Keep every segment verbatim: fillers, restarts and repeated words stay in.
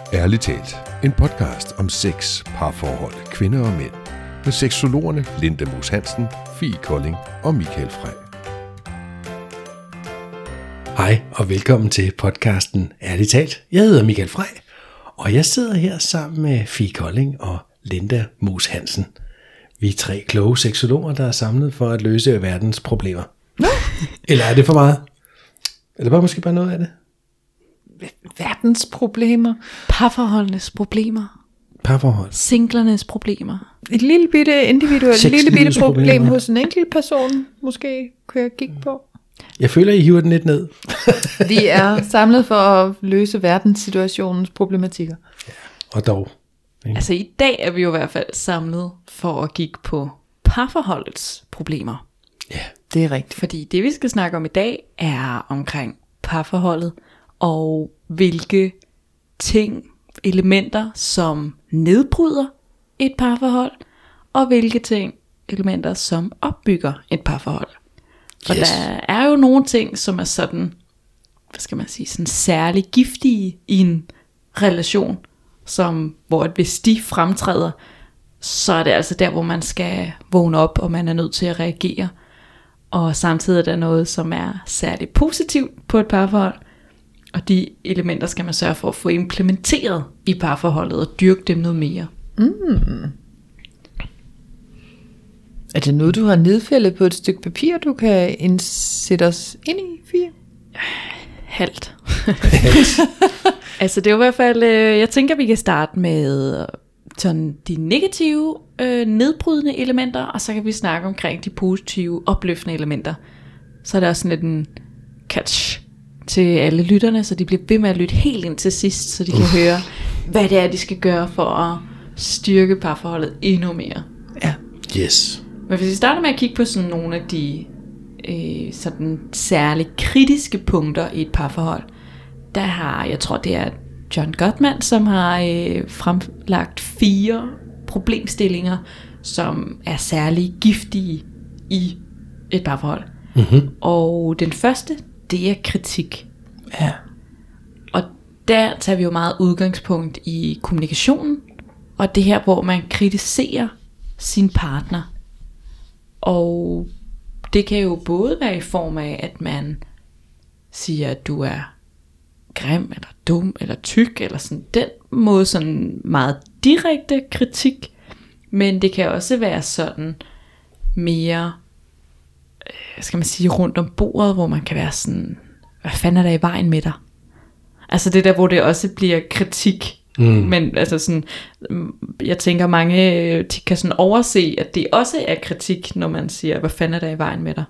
Ærligt talt, en podcast om sex, parforhold, kvinder og mænd. Med seksologerne Linda Moos Hansen, Fie Kolding og Michael Frey. Hej og velkommen til podcasten Ærligt talt. Jeg hedder Michael Frey, og jeg sidder her sammen med Fie Kolding og Linda Moos Hansen. Vi er tre kloge seksologer, der er samlet for at løse verdens problemer. Eller er det for meget? Eller bare måske bare noget af det? Verdens problemer. Parforholdenes problemer. Parforhold. Singlernes problemer. Et lille bitte individuelt, et lille bitte problem problemer. hos en enkelt person, måske kunne jeg kigge på. Jeg føler, I hiver den lidt ned. Vi er samlet for at løse verdenssituationens problematikker. Ja, og dog. Ikke? Altså i dag er vi jo i hvert fald samlet for at kigge på parforholdets problemer. Ja, det er rigtigt. Fordi det vi skal snakke om i dag er omkring parforholdet, og hvilke ting, elementer, som nedbryder et parforhold, og hvilke ting, elementer, som opbygger et parforhold. For yes. Der er jo nogle ting, som er sådan, hvad skal man sige, sådan særlig giftige i en relation, som, hvor hvis de fremtræder, så er det altså der, hvor man skal vågne op, og man er nødt til at reagere. Og samtidig er der noget, som er særligt positivt på et parforhold, og de elementer skal man sørge for at få implementeret i parforholdet og dyrke dem noget mere. Mm. Er det noget, du har nedfældet på et stykke papir, du kan indsætte os ind i, Fie? Halvt. Altså det er jo i hvert fald, øh, jeg tænker vi kan starte med sådan de negative, øh, nedbrydende elementer, og så kan vi snakke omkring de positive, opløftende elementer. Så er der også sådan lidt en catch til alle lytterne, så de bliver ved med at lytte helt ind til sidst, så de kan uh. høre, hvad det er, de skal gøre for at styrke parforholdet endnu mere. Ja. Yes. Men hvis vi starter med at kigge på sådan nogle af de øh, sådan særligt kritiske punkter i et parforhold, der har, jeg tror det er John Gottman, som har øh, fremlagt fire problemstillinger, som er særlig giftige i et parforhold. Mm-hmm. Og den første, det er kritik. Ja. Og der tager vi jo meget udgangspunkt i kommunikationen, og det her, hvor man kritiserer sin partner. Og det kan jo både være i form af, at man siger, at du er grim, eller dum, eller tyk, eller sådan den måde, sådan meget direkte kritik. Men det kan også være sådan mere, hvad skal man sige, rundt om bordet, hvor man kan være sådan, hvad fanden er der i vejen med dig? Altså det der, hvor det også bliver kritik. Mm. Men altså sådan, jeg tænker mange kan sådan overse, at det også er kritik, når man siger, hvad fanden er der i vejen med dig?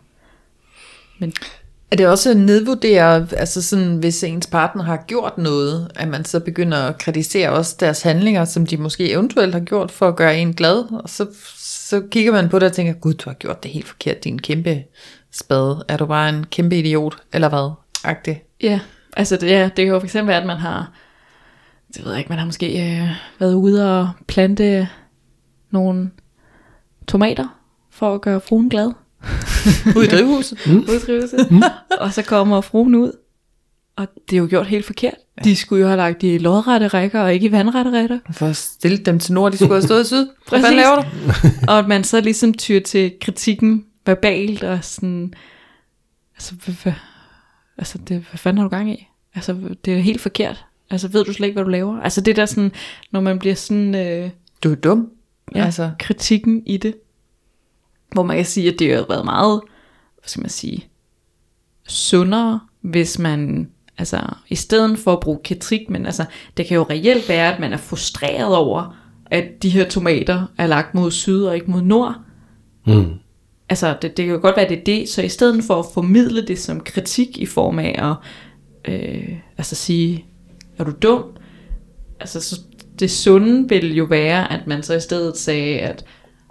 Men er det også at nedvurdere, altså sådan, hvis ens partner har gjort noget, at man så begynder at kritisere også deres handlinger, som de måske eventuelt har gjort for at gøre en glad, og så, så kigger man på det og tænker, gud, du har gjort det helt forkert, din kæmpe spade, er du bare en kæmpe idiot, eller hvad? Agtigt. Ja, altså det, ja, det kan jo for eksempel være, at man har, det ved jeg ikke, man har måske øh, været ude og plante nogle tomater, for at gøre fruen glad. Ude i drivhuset. Mm. Ude i drivhuset. Mm. Og så kommer fruen ud, og det er jo gjort helt forkert. Ja. De skulle jo have lagt i lodrette rækker, og ikke i vandrette rækker. For at stille dem til nord, de skulle have stået i syd. Hvad fanden laver du? Og at man så ligesom tyr til kritikken verbalt, og sådan, altså, hvad, hvad, altså det, hvad fanden har du gang i? Altså, det er helt forkert. Altså, ved du slet ikke, hvad du laver? Altså, det der sådan, når man bliver sådan, øh, du er dum. Ja, altså. Kritikken i det. Hvor man kan sige, at det har været meget, hvad skal man sige, sundere, hvis man, altså, i stedet for at bruge kritik, men altså, det kan jo reelt være, at man er frustreret over, at de her tomater er lagt mod syd og ikke mod nord. Mm. Altså, det, det kan jo godt være, det er det, så i stedet for at formidle det som kritik i form af at, øh, altså sige, er du dum? Altså, så det sunde vil jo være, at man så i stedet sagde, at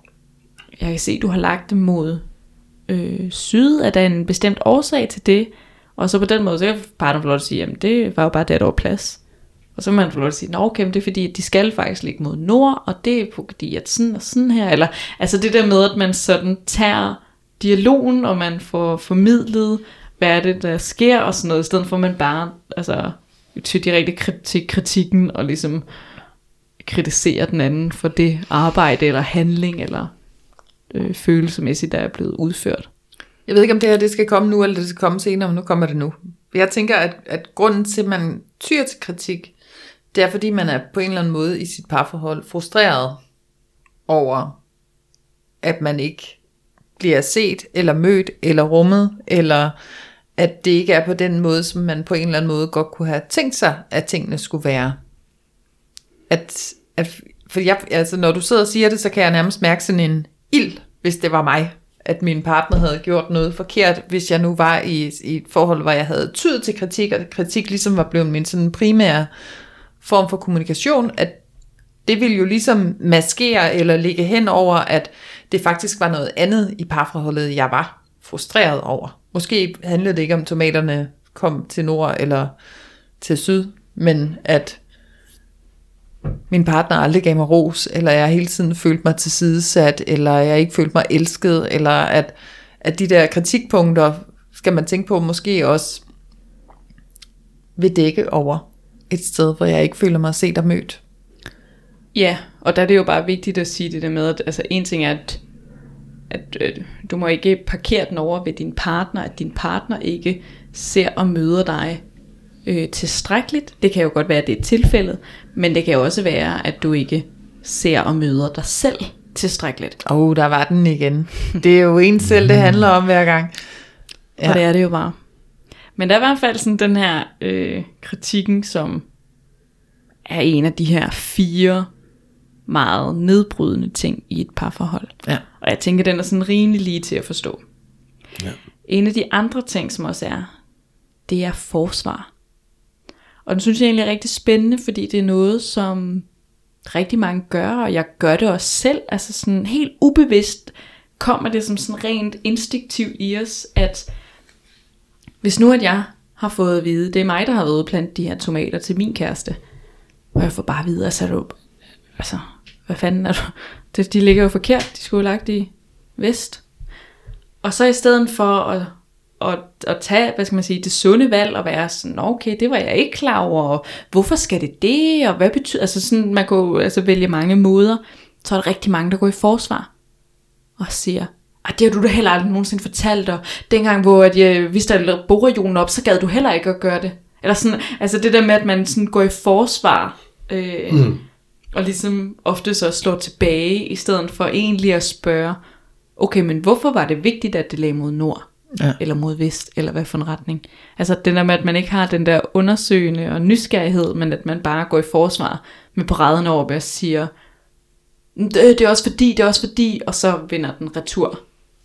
jeg kan se, du har lagt dem mod øh, syd, at der er en bestemt årsag til det, og så på den måde, så kan partneren få lov at sige, jamen det var jo bare der, der var plads. Og så må man få lov at sige, nå okay, det er fordi, at de skal faktisk ligge mod nord, og det er fordi, at sådan og sådan her, eller altså det der med, at man sådan tager dialogen, og man får formidlet, hvad er det, der sker, og sådan noget, i stedet for at man bare, altså til direkte til kritikken, og ligesom kritisere den anden for det arbejde, eller handling, eller øh, følelsesmæssigt, der er blevet udført. Jeg ved ikke, om det her det skal komme nu, eller det skal komme senere, men nu kommer det nu. Jeg tænker, at, at grunden til, at man tyr til kritik, det er, fordi man er på en eller anden måde i sit parforhold frustreret over, at man ikke bliver set, eller mødt, eller rummet, eller at det ikke er på den måde, som man på en eller anden måde godt kunne have tænkt sig, at tingene skulle være. At, at, for jeg, altså, når du sidder og siger det, så kan jeg nærmest mærke sådan en ild, hvis det var mig, at min partner havde gjort noget forkert, hvis jeg nu var i, i et forhold, hvor jeg havde tydet til kritik, og kritik ligesom var blevet min sådan primære form for kommunikation, at det ville jo ligesom maskere eller ligge hen over, at det faktisk var noget andet i parforholdet, jeg var frustreret over. Måske handlede det ikke om, tomaterne kom til nord eller til syd, men at min partner aldrig gav mig ros, eller jeg hele tiden følte mig tilsidesat, eller jeg ikke følte mig elsket, eller at, at de der kritikpunkter, skal man tænke på, måske også vil dække over et sted, hvor jeg ikke føler mig set og mødt. Ja, og der er det jo bare vigtigt at sige det der med, at altså en ting er, at, at øh, du må ikke parkere den over ved din partner, at din partner ikke ser og møder dig øh, tilstrækkeligt. Det kan jo godt være, at det er tilfældet, men det kan jo også være, at du ikke ser og møder dig selv tilstrækkeligt. Åh, oh, der var den igen. Det er jo en selv, det handler om hver gang. Ja. Og det er det jo bare. Men der er i hvert fald sådan den her øh, kritikken, som er en af de her fire meget nedbrydende ting i et parforhold. Ja. Og jeg tænker, den er sådan rimelig lige til at forstå. Ja. En af de andre ting, som også er, det er forsvar. Og den synes jeg egentlig er rigtig spændende, fordi det er noget, som rigtig mange gør, og jeg gør det også selv. Altså sådan helt ubevidst kommer det som sådan rent instinktivt i os, at hvis nu at jeg har fået at vide, det er mig, der har været plantet de her tomater til min kæreste, og jeg får bare at vide, altså, du, altså hvad fanden er du? De, de ligger jo forkert, de skulle have lagt i vest. Og så i stedet for at, at, at tage, hvad skal man sige, det sunde valg, og være sådan, okay, det var jeg ikke klar over, og hvorfor skal det det, og hvad betyder, altså sådan, man kunne altså vælge mange måder, så er der rigtig mange, der går i forsvar, og siger, ah, det har du da heller aldrig nogensinde fortalt, og dengang, hvor at jeg vidste, at borejonen op, så gad du heller ikke at gøre det. Eller sådan, altså det der med, at man sådan går i forsvar, øh, mm. og ligesom ofte så slår tilbage, i stedet for egentlig at spørge, okay, men hvorfor var det vigtigt, at det lagde mod nord, ja. Eller mod vest, eller hvad for en retning? Altså det der med, at man ikke har den der undersøgende og nysgerrighed, men at man bare går i forsvar med bræden over, og siger, det, det er også fordi, det er også fordi, og så vinder den retur.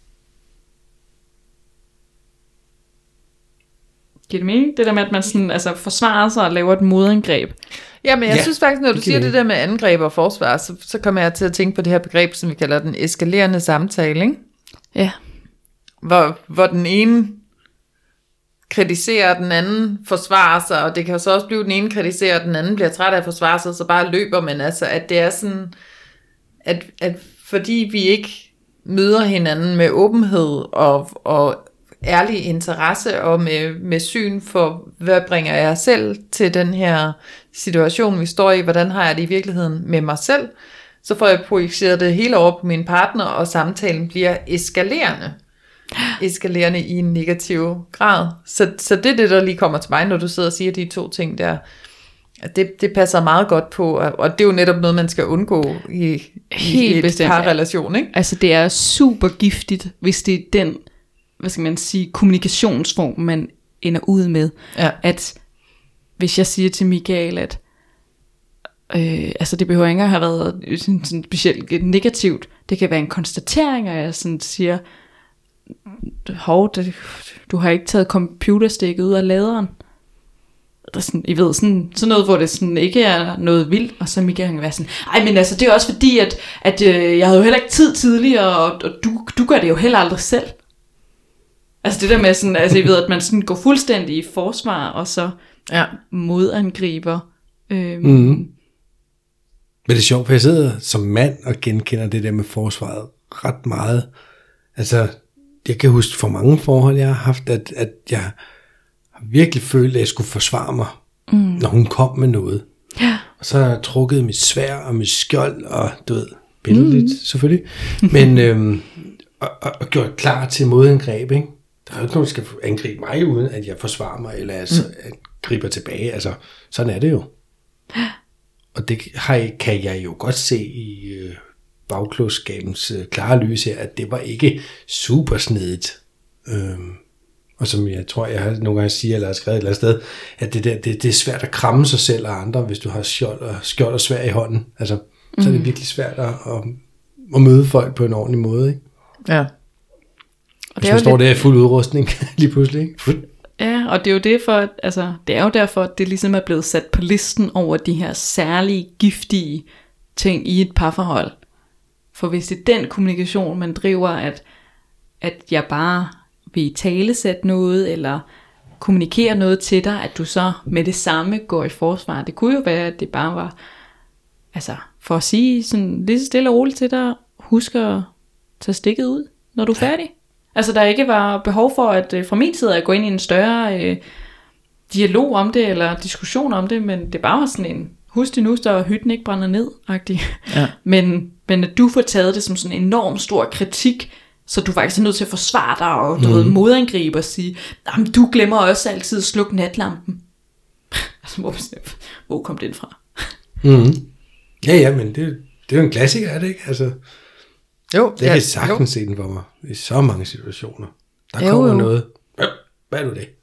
Giver det mening? Det der med, at man sådan, altså, forsvarer sig og laver et modangreb. Ja, men jeg ja, synes faktisk, når du det siger det. det der med angreb og forsvar, så, så kommer jeg til at tænke på det her begreb, som vi kalder den eskalerende samtale, ikke? Ja. Hvor, hvor den ene kritiserer, den anden forsvarer sig, og det kan jo så også blive, at den ene kritiserer, og den anden bliver træt af at forsvare sig, så bare løber man. Altså, at det er sådan, at, at fordi vi ikke møder hinanden med åbenhed og, og ærlig interesse og med, med syn for, hvad bringer jeg selv til den her situation, vi står i, hvordan har jeg det i virkeligheden med mig selv, så får jeg projiceret det hele over på min partner, og samtalen bliver eskalerende. Eskalerende i en negativ grad. Så, så det er det, der lige kommer til mig, når du sidder og siger de to ting der. Det, det passer meget godt på, og det er jo netop noget, man skal undgå i, i et parrelation, ikke? Altså det er super giftigt, hvis det er den, hvad skal man sige, kommunikationsform, man ender ud med. Ja. At hvis jeg siger til Michael, at øh, altså det behøver ikke at have været sådan, sådan specielt negativt, det kan være en konstatering, og jeg sådan siger, hov, det, du har ikke taget computerstikket ud af laderen. Sådan, I ved, sådan, sådan noget, hvor det sådan ikke er noget vildt, og så Michael kan være sådan, ej, men altså, det er også fordi, at, at øh, jeg havde jo heller ikke tid tidligere, og, og du, du gør det jo heller aldrig selv. Altså det der med sådan, altså I ved, at man sådan går fuldstændig i forsvar, og så ja. modangriber. Øhm. Mm-hmm. Men det er sjovt, for jeg sidder som mand og genkender det der med forsvaret ret meget. Altså, jeg kan huske for mange forhold, jeg har haft, at, at jeg har virkelig følt, at jeg skulle forsvare mig mm. når hun kom med noget. Ja. Og så har jeg trukket mit sværd og mit skjold, og du ved, billedligt mm. selvfølgelig, men øhm, og, og, og gjort klar til modangreb, ikke? Der er jo ikke nogen, der skal angribe mig, uden at jeg forsvarer mig, eller altså, mm. at griber tilbage. Altså, sådan er det jo. Og det har, kan jeg jo godt se i øh, bagklodskabens øh, klare lys her, at det var ikke super snedigt. Øhm, og som jeg tror, jeg har nogle gange siger, eller har skrevet et eller andet sted, at det, der, det, det er svært at kramme sig selv og andre, hvis du har skjold og, skjold og sværd i hånden. Altså, mm. så er det virkelig svært at, at, at møde folk på en ordentlig måde, ikke? Ja. Og hvis man står lidt... der i fuld udrustning lige pludselig, ikke? Ja, og det er jo det for, altså, det er jo derfor, at det ligesom er blevet sat på listen over de her særlige giftige ting i et parforhold. For hvis det er den kommunikation, man driver, at, at jeg bare vil italesætte noget, eller kommunikere noget til dig, at du så med det samme går i forsvar. Det kunne jo være, at det bare var, altså for at sige sådan lige så stille og roligt til dig, husk at tage stikket ud, når du er færdig. Altså der ikke var behov for, at øh, fra min side at gå ind i en større øh, dialog om det, eller diskussion om det, men det bare var sådan en, husk det nu, så hytten ikke brænder ned-agtig. Ja. men, men at du får taget det som sådan en enorm stor kritik, så du faktisk er nødt til at forsvare dig, og du mm. ved, modangribe og sige, jamen du glemmer også altid at slukke natlampen. Altså hvor, hvor kom den fra? mm. Ja, ja, men det, det er jo en klassiker, er det ikke? Altså... Jo, det kan jeg sagtens se den for mig i så mange situationer. Der jo, kommer jo. noget. Hvad er du det?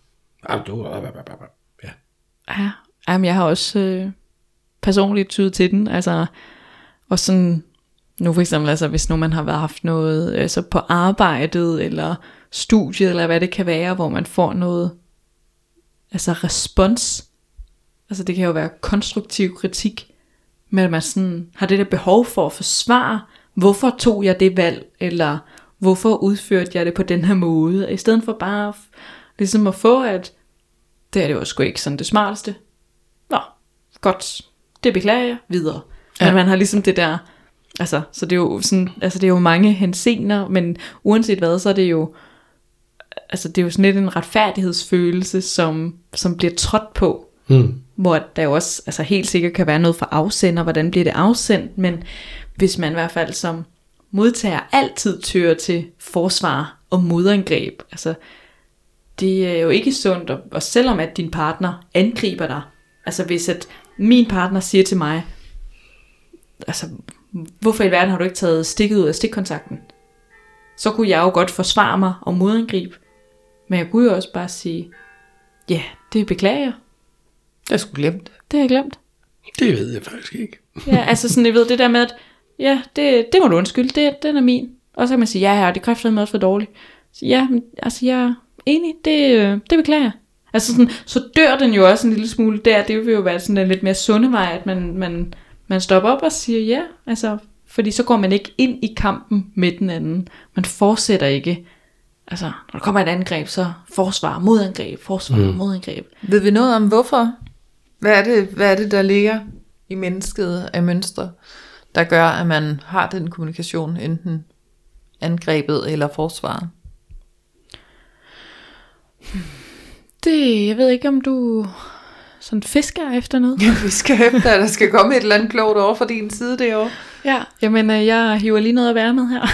Ja. Ja, jamen jeg har også øh, personligt tydet til den. Altså, og sådan, nu for eksempel, altså, hvis nu man har haft noget altså på arbejdet, eller studiet, eller hvad det kan være, hvor man får noget, altså respons. Altså det kan jo være konstruktiv kritik, men man sådan har det der behov for at forsvare, hvorfor tog jeg det valg, eller hvorfor udførte jeg det på den her måde, i stedet for bare ligesom at få, at det er det jo sgu ikke sådan det smarteste. Nå, godt, det beklager jeg, videre. Ja. Men man har ligesom det der, altså, så det er jo sådan, altså det er jo mange henseender, men uanset hvad, så er det jo, altså det er jo sådan lidt en retfærdighedsfølelse, som, som bliver trådt på, mm. hvor der jo også, altså helt sikkert kan være noget for afsender, hvordan bliver det afsendt, men hvis man i hvert fald som modtager altid tør til forsvar og modangreb, altså det er jo ikke sundt, og, og selvom at din partner angriber dig, altså hvis at min partner siger til mig, altså hvorfor i verden har du ikke taget stikket ud af stikkontakten, så kunne jeg jo godt forsvare mig og modangribe, men jeg kunne jo også bare sige, ja, yeah, det beklager jeg. Jeg skulle glemme det. Det har jeg glemt. Det ved jeg faktisk ikke. Ja, altså sådan, jeg ved det der med, at ja, det, det må du undskylde, det, den er min. Og så kan man sige, ja, ja, det kræftede mig også for dårligt. Så ja, men, altså jeg er enig, det, det beklager jeg. Altså sådan, så dør den jo også en lille smule der, det vil jo være sådan en lidt mere sunde vej, at man, man, man stopper op og siger ja, altså, fordi så går man ikke ind i kampen med den anden. Man fortsætter ikke, altså, når der kommer et angreb, så forsvar, modangreb, forsvar, mm. modangreb. Ved vi noget om hvorfor? Hvad er det, hvad er det der ligger i mennesket af mønstre, der gør, at man har den kommunikation, enten angrebet eller forsvaret? Det, jeg ved ikke, om du sådan fisker efter noget. Jeg fisker efter, at der skal komme et eller andet klogt over fra din side derovre. Ja, jamen jeg hiver lige noget at være med her.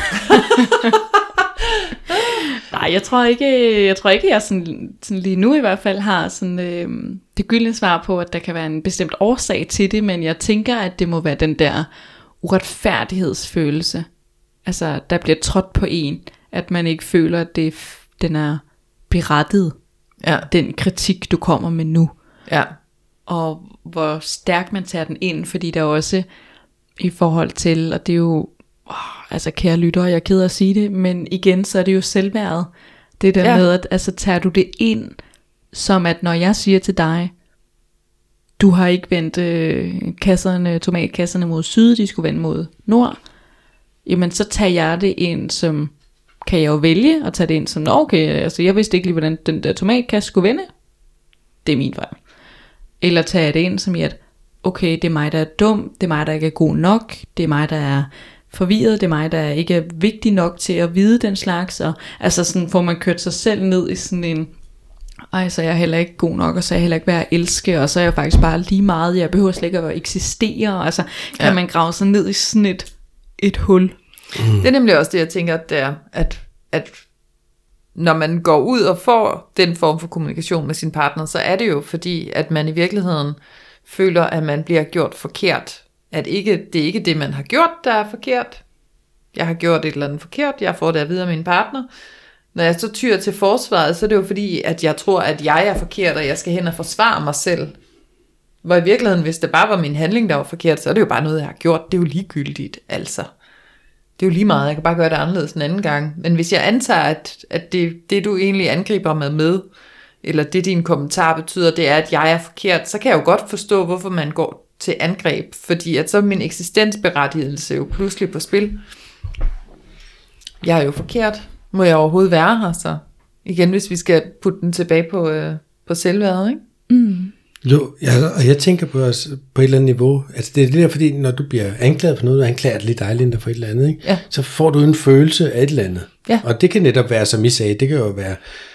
Nej, jeg tror ikke, jeg tror ikke, jeg sådan, sådan lige nu i hvert fald har sådan, øh, det gyldne svar på, at der kan være en bestemt årsag til det, men jeg tænker, at det må være den der uretfærdighedsfølelse. Altså, der bliver trådt på en, at man ikke føler, at det, den er berettiget, ja. Den kritik, du kommer med nu. Ja. Og hvor stærkt man tager den ind, fordi der også i forhold til, og det er jo, oh, altså kære lyttere, jeg er ked af at sige det, men igen, så er det jo selvværdet. Det der ja. Med, at altså, tager du det ind, som at når jeg siger til dig, du har ikke vendt øh, kasserne, tomatkasserne mod syd, de skulle vende mod nord, jamen så tager jeg det ind som, kan jeg jo vælge at tage det ind som, okay, altså jeg vidste ikke lige, hvordan den der tomatkasse skulle vende, det er min fejl. Eller tager jeg det ind som i at, okay, det er mig, der er dum, det er mig, der ikke er god nok, det er mig, der er forvirret, det er mig, der ikke er vigtig nok til at vide den slags, og altså sådan får man kørt sig selv ned i sådan en ej, så er jeg heller ikke god nok, og så er jeg heller ikke værd at elske, og så er jeg faktisk bare lige meget, jeg behøver slet ikke at eksistere, altså kan ja. man grave sig ned i sådan et, et hul. Mm. Det er nemlig også det, jeg tænker, det er, at, at når man går ud og får den form for kommunikation med sin partner, så er det jo fordi, at man i virkeligheden føler, at man bliver gjort forkert. At ikke, det er ikke det, man har gjort, der er forkert. Jeg har gjort et eller andet forkert, jeg får det at vide af min partner. Når jeg så tyr til forsvaret, så er det jo fordi, at jeg tror, at jeg er forkert, og jeg skal hen og forsvare mig selv. Hvor i virkeligheden, hvis det bare var min handling, der var forkert, så er det jo bare noget, jeg har gjort. Det er jo ligegyldigt, altså. Det er jo lige meget, jeg kan bare gøre det anderledes en anden gang. Men hvis jeg antager, at, at det, det du egentlig angriber mig med, eller det din kommentar betyder, det er, at jeg er forkert, så kan jeg jo godt forstå, hvorfor man går til angreb. Fordi at så er min eksistensberettigelse jo pludselig på spil. Jeg er jo forkert. Må jeg overhovedet være her så? Igen, hvis vi skal putte den tilbage på, øh, på selvværdet, ikke? Mm. Jo, ja, og jeg tænker på os på et eller andet niveau. Altså det er det der, fordi når du bliver anklaget for noget, du anklager lidt dig, Linda, for et eller andet, ikke? Ja. Så får du en følelse af et eller andet. Ja. Og det kan netop være, som I sagde, det kan jo være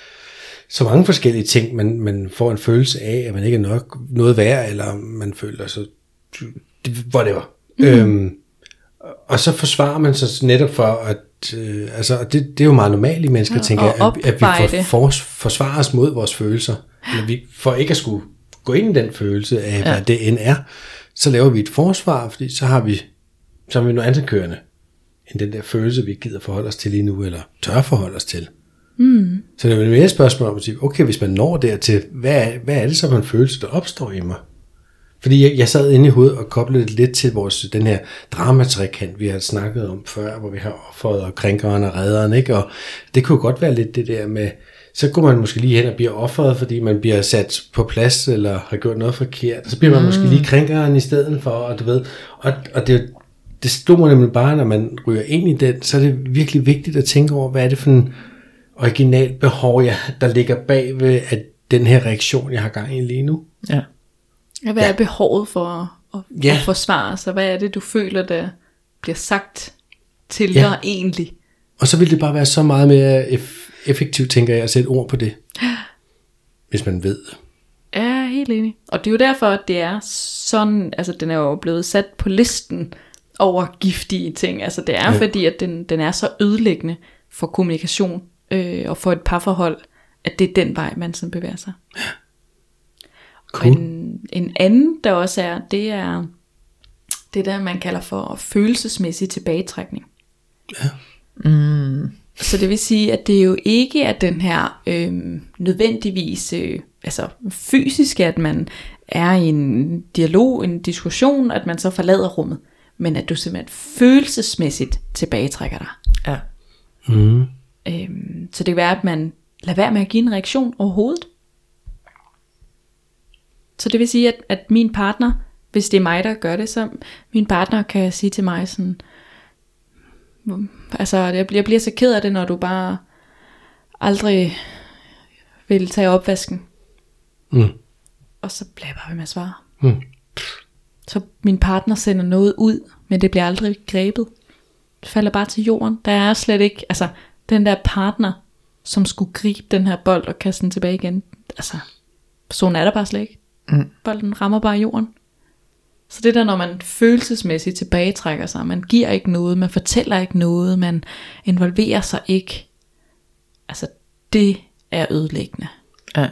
så mange forskellige ting, man, man får en følelse af, at man ikke er nok noget værd, eller man føler sig, whatever. Mm. Øhm, og så forsvarer man sig netop for, at øh, altså, det, det er jo meget normalt i mennesker, ja, tænker at, at vi får, for, forsvarer os mod vores følelser. Eller vi får ikke at skulle gå ind i den følelse af, hvad ja. det end er, så laver vi et forsvar, fordi så har vi, så har vi noget andet kørende, end den der følelse, vi gider forholde os til lige nu, eller tør forholde os til. Mm. Så det er jo mere et spørgsmål om at sige, okay, hvis man når dertil, hvad er, hvad er det så for en følelse, der opstår i mig? Fordi jeg, jeg sad inde i hovedet og koblede lidt til vores, den her dramatrekant, vi har snakket om før, hvor vi har offeret og krænkeren og redderen, ikke? Og det kunne godt være lidt det der med, så går man måske lige hen og bliver offeret, fordi man bliver sat på plads, eller har gjort noget forkert, så bliver man mm. måske lige krænkeren i stedet for, og du ved, og, og det, det stod mig nemlig bare, når man ryger ind i den, så er det virkelig vigtigt at tænke over, hvad er det for en original behov, jeg, der ligger bag ved, at den her reaktion, jeg har gang i lige nu. Ja. Ja, hvad er behovet for at, at, ja. at forsvare sig? Hvad er det, du føler, der bliver sagt til ja. dig egentlig? Og så vil det bare være så meget mere eff- effektivt, tænker jeg, at sætte ord på det. Hvis man ved. Ja, helt enig. Og det er jo derfor, at det er sådan, altså den er jo blevet sat på listen over giftige ting. Altså det er ja. fordi, at den, den er så ødelæggende for kommunikation øh, og for et parforhold, at det er den vej, man sådan bevæger sig. Ja. Cool. Og en, en anden, der også er, det er det der, man kalder for følelsesmæssig tilbagetrækning. Ja. Mm. Så det vil sige, at det jo ikke er den her øh, nødvendigvis øh, altså fysisk, at man er i en dialog, en diskussion, at man så forlader rummet, men at du simpelthen følelsesmæssigt tilbagetrækker dig. Ja. Mm. Øhm, så det kan være, at man lader være med at give en reaktion overhovedet. Så det vil sige, at, at min partner, hvis det er mig, der gør det, så min partner kan sige til mig sådan, altså jeg bliver, jeg bliver så ked af det, når du bare aldrig vil tage opvasken. Mm. Og så bliver jeg bare ved med at svare. Mm. Så min partner sender noget ud, men det bliver aldrig grebet. Det falder bare til jorden. Der er slet ikke, altså den der partner, som skulle gribe den her bold og kaste den tilbage igen. Altså, sådan er der bare slet ikke. Mm. Bolden rammer bare jorden. Så det der, når man følelsesmæssigt tilbagetrækker sig, man giver ikke noget, man fortæller ikke noget, man involverer sig ikke. Altså, det er ødelæggende. Ja.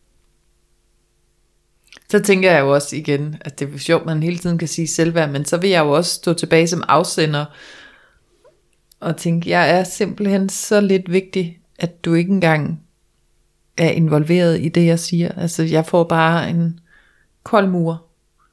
Så tænker jeg jo også igen, at det er sjovt, man hele tiden kan sige selvværd, men så vil jeg jo også stå tilbage som afsender og tænke, jeg er simpelthen så lidt vigtig, at du ikke engang er involveret i det, jeg siger. Altså, jeg får bare en kold mur.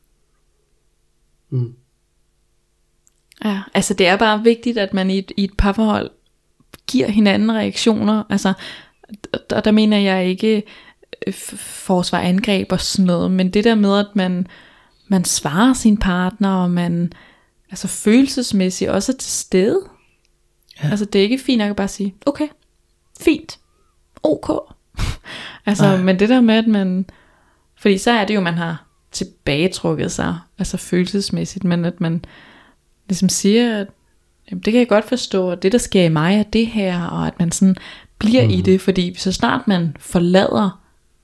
Mm. Ja, altså det er bare vigtigt, at man i et, i et parforhold giver hinanden reaktioner. Altså, og der mener jeg ikke forsvar, angreb og sådan noget, men det der med, at man, man svarer sin partner, og man altså følelsesmæssigt også er til stede. Ja. Altså det er ikke fint nok at bare sige, okay, fint, ok. Altså, ja. Men det der med, at man, fordi så er det jo, man har tilbagetrukket sig, altså følelsesmæssigt, men at man ligesom siger, at jamen, det kan jeg godt forstå, og det der sker i mig er det her, og at man sådan bliver mm. i det, fordi så snart man forlader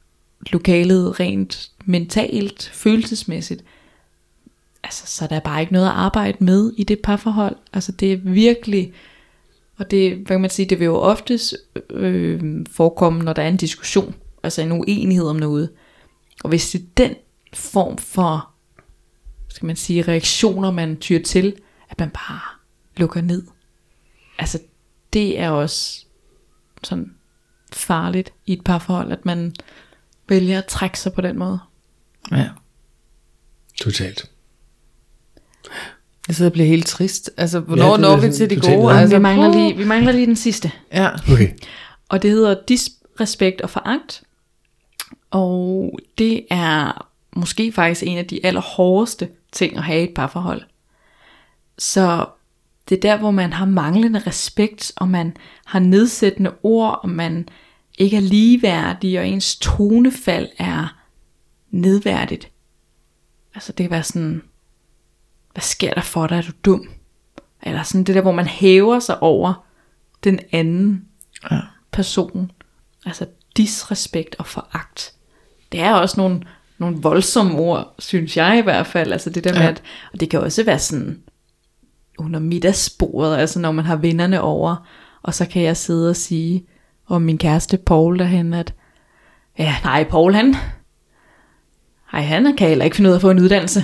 lokalet rent mentalt, følelsesmæssigt, altså, så er der bare ikke noget at arbejde med i det parforhold. Altså det er virkelig, og det, hvad kan man sige, det vil jo oftest øh, forekomme, når der er en diskussion, altså en uenighed om noget. Og hvis det er den form for, skal man sige, reaktioner, man tyr til, at man bare lukker ned. Altså det er også sådan farligt i et parforhold, at man vælger at trække sig på den måde. Ja. Totalt. Jeg sidder og bliver helt trist. Altså, hvornår ja, når vi til de totalt. gode? Ja, Altså, vi, mangler lige, vi mangler lige den sidste. Ja. Okay. Og det hedder disrespekt og foragt. Og det er måske faktisk en af de allerhårdeste ting at have i et parforhold. Så det er der, hvor man har manglende respekt, og man har nedsættende ord, og man ikke er ligeværdig, og ens tonefald er nedværdigt. Altså det kan være sådan, hvad sker der for dig, er du dum? Eller sådan det der, hvor man hæver sig over den anden Ja. person. Altså disrespekt og foragt. Det er også nogle, nogle voldsomme ord, synes jeg i hvert fald. Altså det der med, Ja. at, og det kan også være sådan under middagsbordet, altså når man har vennerne over, og så kan jeg sidde og sige om min kæreste Paul derhen, at ja, nej, Paul han, nej, han kan heller ikke finde ud af at få en uddannelse.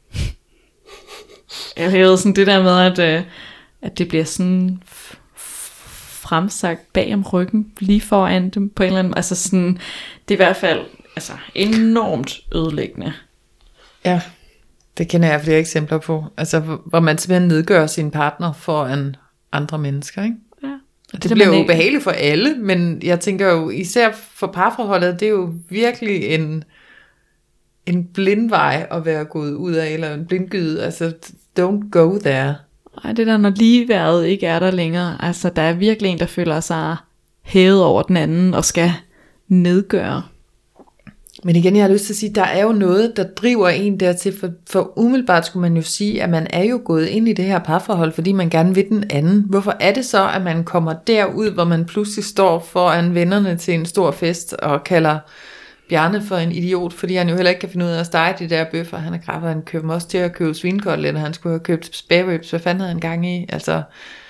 Jeg ved sådan det der med, at, øh, at det bliver sådan f- fremsagt bag om ryggen, lige foran dem på en eller anden, altså sådan, det er i hvert fald altså enormt ødelæggende. Ja, det kender jeg flere eksempler på. Altså, hvor man simpelthen nedgør sin partner foran andre mennesker, ikke? Ja. Det, det bliver jo ubehageligt for alle, men jeg tænker jo, især for parforholdet, det er jo virkelig en, en blindvej at være gået ud af, eller en blindgyde. Altså, don't go there. Ej, det der, når ligeværet ikke er der længere, altså der er virkelig en, der føler sig hævet over den anden, og skal nedgøre. Men igen, jeg har lyst til at sige, der er jo noget, der driver en dertil, for, for umiddelbart skulle man jo sige, at man er jo gået ind i det her parforhold, fordi man gerne vil den anden. Hvorfor er det så, at man kommer derud, hvor man pludselig står foran vennerne til en stor fest, og kalder Bjarne for en idiot, fordi han jo heller ikke kan finde ud af at stege de der bøffer. Han er kraft, han køber dem også til at købe svinekoteletter, han skulle have købt spare ribs, hvad fanden havde han gang i? Altså.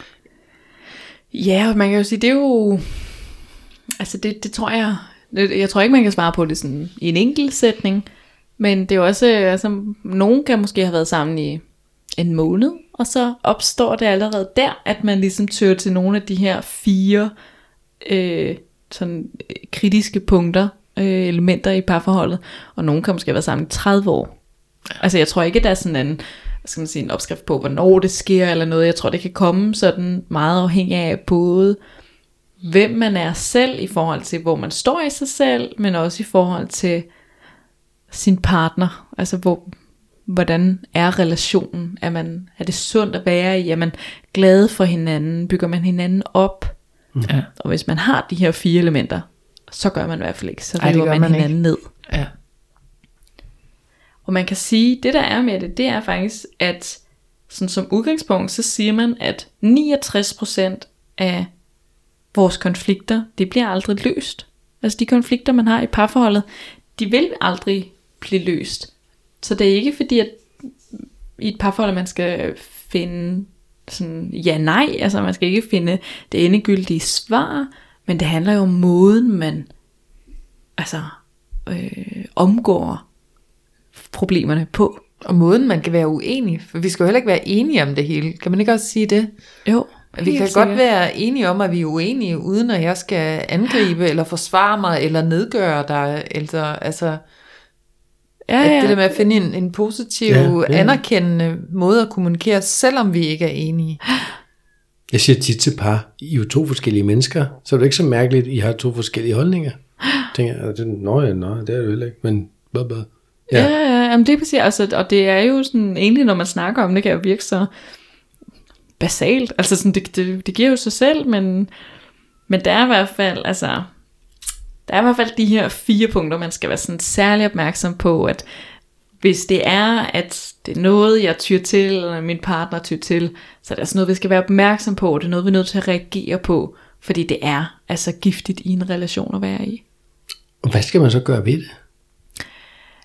Ja, man kan jo sige, det er jo, altså det, det tror jeg, jeg tror ikke, man kan svare på det sådan i en enkelt sætning, men det er jo også, altså nogen kan måske have været sammen i en måned, og så opstår det allerede der, at man ligesom tør til nogle af de her fire øh, sådan kritiske punkter, øh, elementer i parforholdet, og nogen kan måske have været sammen i tredive år. Altså jeg tror ikke, der er sådan en, hvad skal man sige, en opskrift på, hvornår det sker eller noget. Jeg tror, det kan komme sådan meget afhængig af både, hvem man er selv i forhold til, hvor man står i sig selv, men også i forhold til sin partner. Altså, hvor, hvordan er relationen? Er, man, er det sundt at være i? Er man glad for hinanden? Bygger man hinanden op? Ja. Og hvis man har de her fire elementer, så gør man i hvert fald ikke. Så Ej, river man, man hinanden ikke. ned. Ja. Og man kan sige, det der er med det, det er faktisk, at sådan som udgangspunkt, så siger man, at niogtres procent af vores konflikter, det bliver aldrig løst. Altså de konflikter, man har i parforholdet, de vil aldrig blive løst. Så det er ikke fordi, at i et parforhold, man skal finde sådan ja-nej, altså man skal ikke finde det endegyldige svar, men det handler jo om måden, man altså øh, omgår problemerne på. Og måden, man kan være uenig, for vi skal jo heller ikke være enige om det hele. Kan man ikke også sige det? Jo. Vi kan godt være enige om, at vi er uenige, uden at jeg skal angribe, eller forsvare mig, eller nedgøre dig. Eller, altså, ja, ja. Det der med at finde en, en positiv, ja, ja. anerkendende måde at kommunikere, selvom vi ikke er enige. Jeg siger tit til par, I er jo to forskellige mennesker, så er det ikke så mærkeligt, I har to forskellige holdninger. Tænker jeg, det, nå ja, nå, det er det heller ikke, men blah, blah. Ja, ja, ja, jamen det er præcis, altså, og det er jo sådan, egentlig når man snakker om det, kan jo virke så basalt, altså sådan, det, det, det giver jo sig selv, men, men der er i hvert fald, altså, der er i hvert fald de her fire punkter, man skal være sådan særlig opmærksom på, at hvis det er, at det er noget, jeg tyr til, eller min partner tyr til, så er det altså noget, vi skal være opmærksom på, det er noget, vi er nødt til at reagere på, fordi det er altså giftigt i en relation at være i. Og hvad skal man så gøre ved det?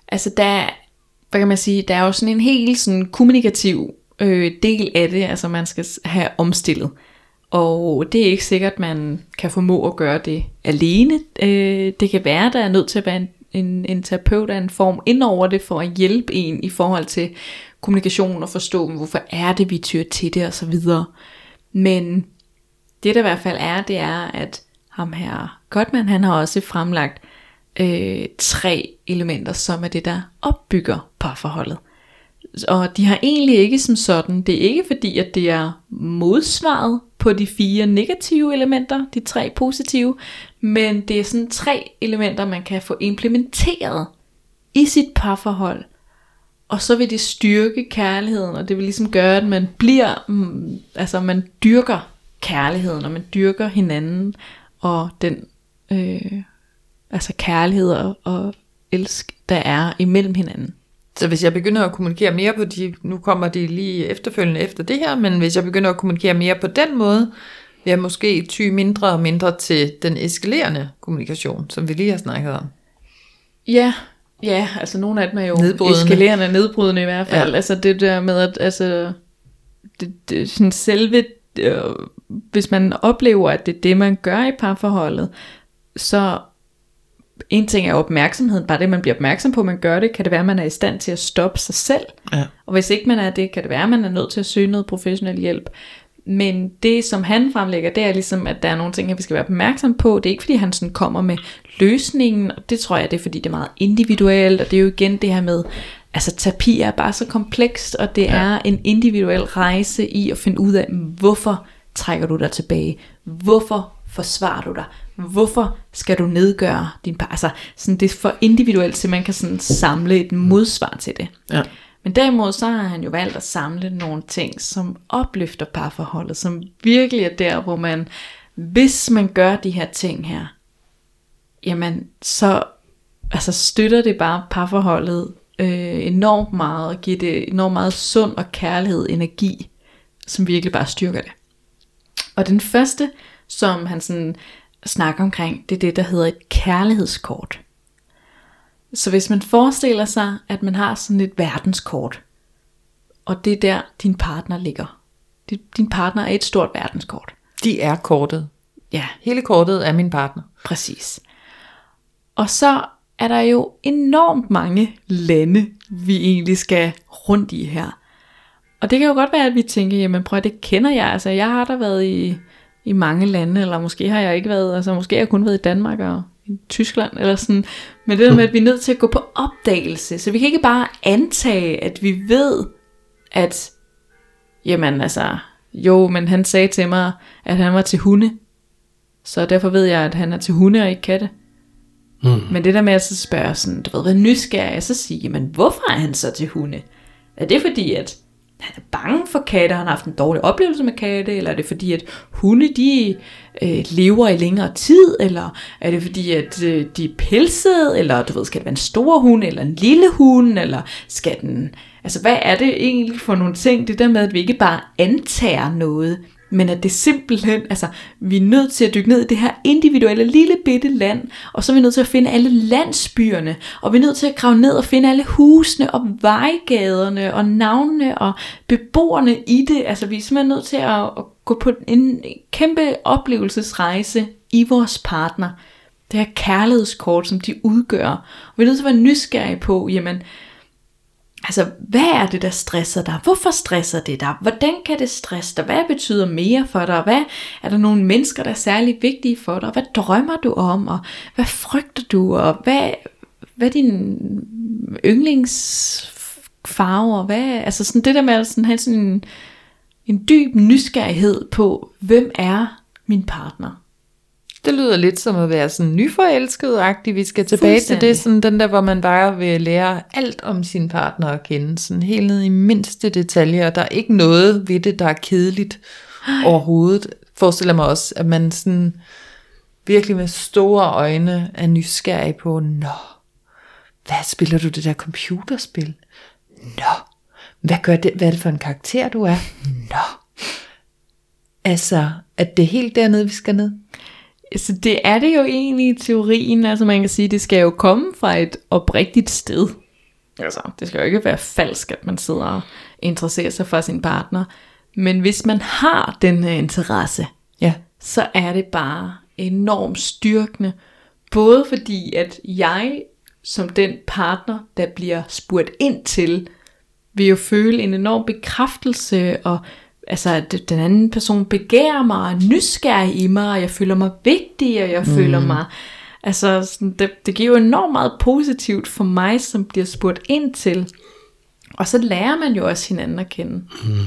Altså der, hvad kan man sige, der er jo sådan en helt sådan kommunikativ øh, del af det, altså man skal have omstillet. Og det er ikke sikkert, man kan formå at gøre det alene. Øh, det kan være, der er nødt til at være en, en, en terapeut af en form ind over det, for at hjælpe en i forhold til kommunikation og forstå, hvorfor er det, vi tyr til det og så videre. Men det der i hvert fald er, det er, at ham her Gottman, han har også fremlagt øh, tre elementer, som er det, der opbygger parforholdet. Og de har egentlig ikke som sådan, det er ikke fordi, at det er modsvaret på de fire negative elementer, de tre positive, men det er sådan tre elementer, man kan få implementeret i sit parforhold, og så vil det styrke kærligheden, og det vil ligesom gøre, at man bliver, mm, altså man dyrker kærligheden, og man dyrker hinanden, og den øh, altså kærlighed og, og elsk, der er imellem hinanden. Så hvis jeg begynder at kommunikere mere på de, nu kommer de lige efterfølgende efter det her, men hvis jeg begynder at kommunikere mere på den måde, vil jeg måske ty mindre og mindre til den eskalerende kommunikation, som vi lige har snakket om. Ja, ja, altså nogle af dem er jo nedbrydende. Eskalerende, nedbrydende i hvert fald. Ja. Altså det der med, at altså, det, det, sådan selve, øh, hvis man oplever, at det er det, man gør i parforholdet, så en ting er opmærksomheden, bare det man bliver opmærksom på, man gør det, kan det være, at man er i stand til at stoppe sig selv, ja. Og hvis ikke man er det, kan det være, at man er nødt til at søge noget professionel hjælp. Men det som han fremlægger, det er ligesom, at der er nogle ting, vi skal være opmærksom på. Det er ikke fordi han sådan kommer med løsningen, og det tror jeg, det er fordi det er meget individuelt, og det er jo igen det her med, altså terapi er bare så komplekst, og det ja. Er en individuel rejse i at finde ud af, hvorfor trækker du dig tilbage, hvorfor forsvarer du dig, hvorfor skal du nedgøre din par, altså sådan det er for individuelt, så man kan sådan samle et modsvar til det. Ja. Men derimod så har han jo valgt at samle nogle ting, som opløfter parforholdet, som virkelig er der, hvor man, hvis man gør de her ting her, jamen så altså støtter det bare parforholdet øh, enormt meget, og giver det enormt meget sund og kærlighed, energi, som virkelig bare styrker det. Og den første, som han sådan snakker omkring, det er det, der hedder et kærlighedskort. Så hvis man forestiller sig, at man har sådan et verdenskort, og det er der, din partner ligger. Din partner er et stort verdenskort. De er kortet. Ja. Hele kortet er min partner. Præcis. Og så er der jo enormt mange lande, vi egentlig skal rundt i her. Og det kan jo godt være, at vi tænker, jamen prøv, det kender jeg. Altså jeg har da været i, i mange lande, eller måske har jeg ikke været, altså måske har jeg kun været i Danmark og i Tyskland, eller sådan. Men det der med, at vi er nødt til at gå på opdagelse, så vi kan ikke bare antage, at vi ved, at, jamen altså, jo, men han sagde til mig, at han var til hunde, så derfor ved jeg, at han er til hunde og ikke katte. Mm. Men det der med at så spørge sådan, du ved, hvad nysgerrig, så sige, jamen hvorfor er han så til hunde? Er det fordi, at han er bange for katte, han har haft en dårlig oplevelse med katte, eller er det fordi, at hunde, de øh, lever i længere tid, eller er det fordi, at øh, de er pelsede, eller du ved, skal det være en stor hund, eller en lille hund, eller skal den, altså hvad er det egentlig for nogle ting, det der med, at vi ikke bare antager noget, men at det simpelthen, altså vi er nødt til at dykke ned i det her individuelle lille bitte land, og så er vi nødt til at finde alle landsbyerne, og vi er nødt til at grave ned og finde alle husene og vejgaderne og navnene og beboerne i det. Altså vi er simpelthen nødt til at, at gå på en kæmpe oplevelsesrejse i vores partner. Det her kærlighedskort, som de udgør. Og vi er nødt til at være nysgerrige på, jamen, altså, hvad er det, der stresser dig? Hvorfor stresser det dig? Hvordan kan det stresse dig? Hvad betyder mere for dig? Hvad er der nogle mennesker, der er særlig vigtige for dig? Hvad drømmer du om? Og hvad frygter du? Og hvad, hvad er din yndlingsfarver? Hvad, altså sådan det der med at sådan have sådan en, en dyb nysgerrighed på, hvem er min partner? Det lyder lidt som at være sådan nyforelsket-agtig. Vi skal tilbage til det, sådan den der, hvor man bare vil lære alt om sin partner at kende. Sådan helt ned i mindste detaljer. Der er ikke noget ved det, der er kedeligt overhovedet. Forestiller mig også, at man sådan virkelig med store øjne er nysgerrig på, nå, hvad spiller du det der computerspil? Nå, hvad gør det, hvad er det for en karakter du er? Nå, altså, at det er helt dernede, vi skal ned. Så det er det jo egentlig i teorien, altså man kan sige, det skal jo komme fra et oprigtigt sted. Altså, det skal jo ikke være falsk, at man sidder og interesserer sig for sin partner. Men hvis man har den her interesse, Ja. så er det bare enormt styrkende. Både fordi, at jeg som den partner, der bliver spurgt ind til, vil jo føle en enorm bekræftelse, og altså, at den anden person begærer mig, og er nysgerrig i mig, og jeg føler mig vigtig, og jeg mm. føler mig... Altså, sådan, det, det giver jo enormt meget positivt for mig, som bliver spurgt ind til. Og så lærer man jo også hinanden at kende. Mm.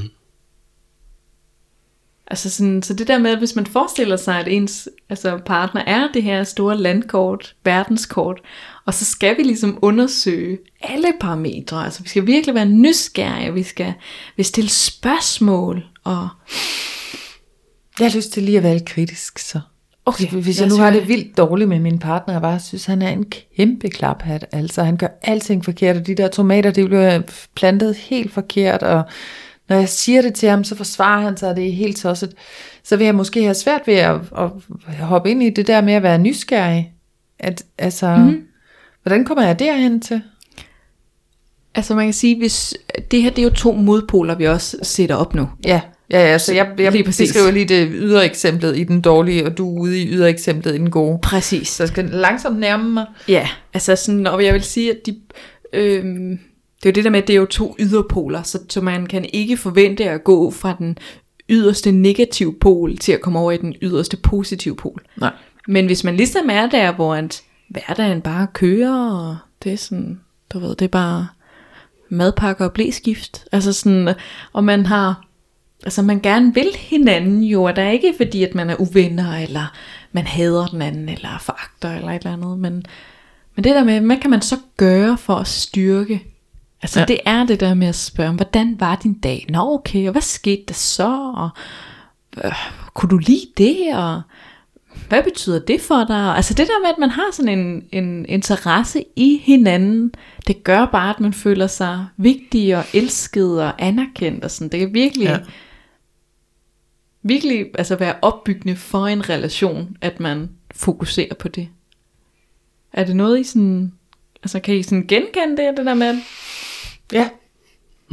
Altså sådan, så det der med, at hvis man forestiller sig, at ens altså partner er det her store landkort, verdenskort, og så skal vi ligesom undersøge alle parametre. Altså vi skal virkelig være nysgerrige, vi skal, vi skal stille spørgsmål. Og Jeg har lyst til lige at være lidt kritisk, så. Okay, Hvis jeg nu har det vildt dårligt med min partner, jeg bare synes, han er en kæmpe klaphat. Altså han gør alting forkert, og de der tomater, de bliver plantet helt forkert, og når jeg siger det til ham, så forsvarer han sig, og det er helt tosset. Så vil jeg måske have svært ved at, at hoppe ind i det der med at være nysgerrig. At, altså, mm-hmm. hvordan kommer jeg derhen til? Altså man kan sige, hvis det her det er jo to modpoler, vi også sætter op nu. Ja, ja, ja så jeg, jeg lige beskriver lige det ydre eksemplet i den dårlige, og du er ude i ydre eksemplet i den gode. Præcis. Så jeg skal langsomt nærme mig. Ja, altså sådan, og jeg vil sige, at de... Øh, det er jo det der med, at det er jo to yderpoler, så, så man kan ikke forvente at gå fra den yderste negative pol til at komme over i den yderste positive pol. Nej. Men hvis man ligesom er der, hvor at hverdagen bare kører, og det er sådan, du ved, det er bare madpakker og blæskift, altså sådan, og man har, altså man gerne vil hinanden jo, og der er ikke fordi, at man er uvenner, eller man hader den anden, eller foragter, eller et eller andet, men, men det der med, hvad kan man så gøre for at styrke? Altså ja. Det er det der med at spørge, hvordan var din dag? Nå okay, og hvad skete der så? Og, øh, kunne du lide det? Og hvad betyder det for dig? Altså det der med, at man har sådan en, en interesse i hinanden, det gør bare, at man føler sig vigtig og elsket og anerkendt. Og sådan. Det kan virkelig, ja. virkelig altså være opbyggende for en relation, at man fokuserer på det. Er det noget I sådan, altså kan I sådan genkende det, det der med, ja. Mm.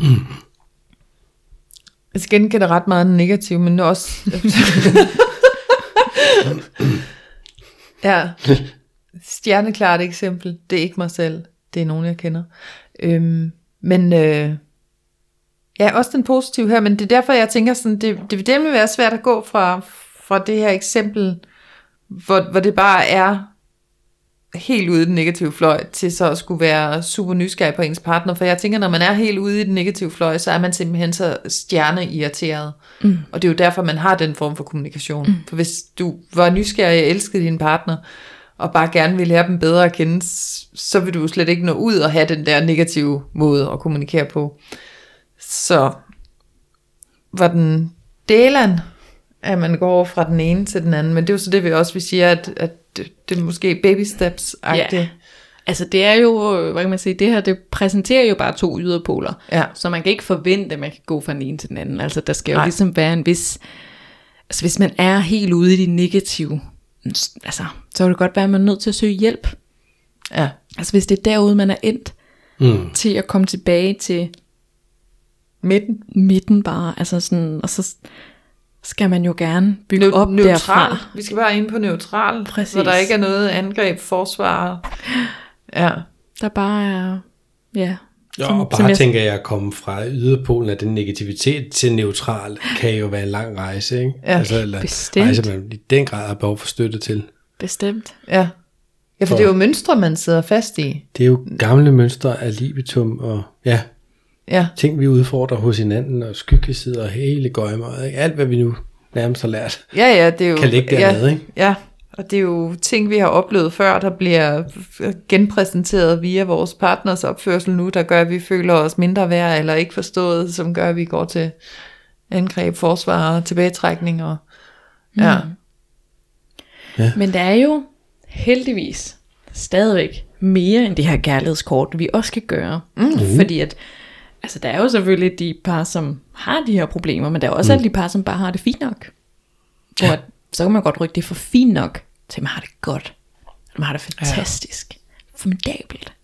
Jeg skal genkende ret meget negativt, men også... ja. Stjerneklart eksempel. Det er ikke mig selv. Det er nogen, jeg kender. Øhm, men... Øh, ja, også den positive her, men det er derfor, jeg tænker sådan, det, det vil nemlig være svært at gå fra, fra det her eksempel, hvor, hvor det bare er helt ude i den negative fløj, til så at skulle være super nysgerrig på ens partner, for jeg tænker, når man er helt ude i den negative fløj, så er man simpelthen så stjerneirriteret, mm. og det er jo derfor, man har den form for kommunikation, mm. for hvis du var nysgerrig og elskede din partner, og bare gerne vil lære dem bedre at kende, så vil du slet ikke nå ud og have den der negative måde at kommunikere på. Så var den delan, at man går over fra den ene til den anden, men det er jo så det, vi også vil sige, at, at det, det er måske baby steps-agtigt. Ja. Altså det er jo, hvad kan man sige, det her, det præsenterer jo bare to yderpoler, ja. Så man kan ikke forvente, at man kan gå fra den ene til den anden. Altså der skal jo Nej. ligesom være en vis, altså hvis man er helt ude i de negative, altså så vil det godt være, at man er nødt til at søge hjælp. Ja. Altså hvis det er derude, man er endt mm. til at komme tilbage til midten, midten bare, altså sådan, og så skal man jo gerne bygge Neu- op neutral. Derfra. Vi skal bare ind på neutral, Præcis. Hvor der ikke er noget angreb, forsvar. Ja. Der bare er, ja. Ja, og bare jeg... tænker jeg at komme fra yderpolen af den negativitet til neutral, kan jo være en lang rejse, ikke? Ja, altså, eller bestemt. Rejse, man i den grad har behov for støtte til. Bestemt. Ja. Ja, for, for det er jo mønstre, man sidder fast i. Det er jo gamle mønstre af libitum, og ja, ja. ting vi udfordrer hos hinanden, og skyggesider og hele gøjmer, ikke? Alt hvad vi nu nærmest har lært, ja, ja, det er jo, kan ligge dernede, ja, ikke? Ja, og det er jo ting, vi har oplevet før, der bliver genpræsenteret via vores partners opførsel nu, der gør, at vi føler os mindre værd, eller ikke forstået, som gør, at vi går til angreb, forsvar og tilbagetrækning. Og, ja. Mm. ja. Men der er jo heldigvis stadigvæk mere end det her kærlighedskort, vi også kan gøre. Mm. Fordi at, altså der er jo selvfølgelig de par, som har de her problemer, men der er også mm. alle de par, som bare har det fint nok. Ja. Og så kan man godt rykke det for fint nok, til man har det godt. Man har det fantastisk. Ja. Formidabelt.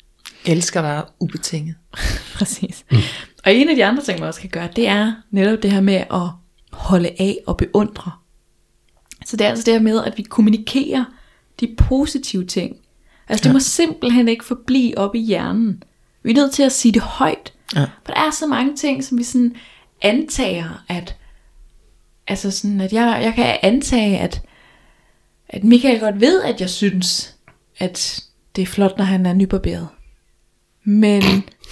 Elsker dig ubetinget. Præcis. Mm. Og en af de andre ting, man også kan gøre, det er netop det her med at holde af og beundre. Så det er altså det her med, at vi kommunikerer de positive ting. Altså det ja. må simpelthen ikke forblive op i hjernen. Vi er nødt til at sige det højt. Ja. For der er så mange ting, som vi sådan antager, at altså sådan, at jeg, jeg kan antage, at, at Michael godt ved, at jeg synes, at det er flot, når han er nybarberet. Men,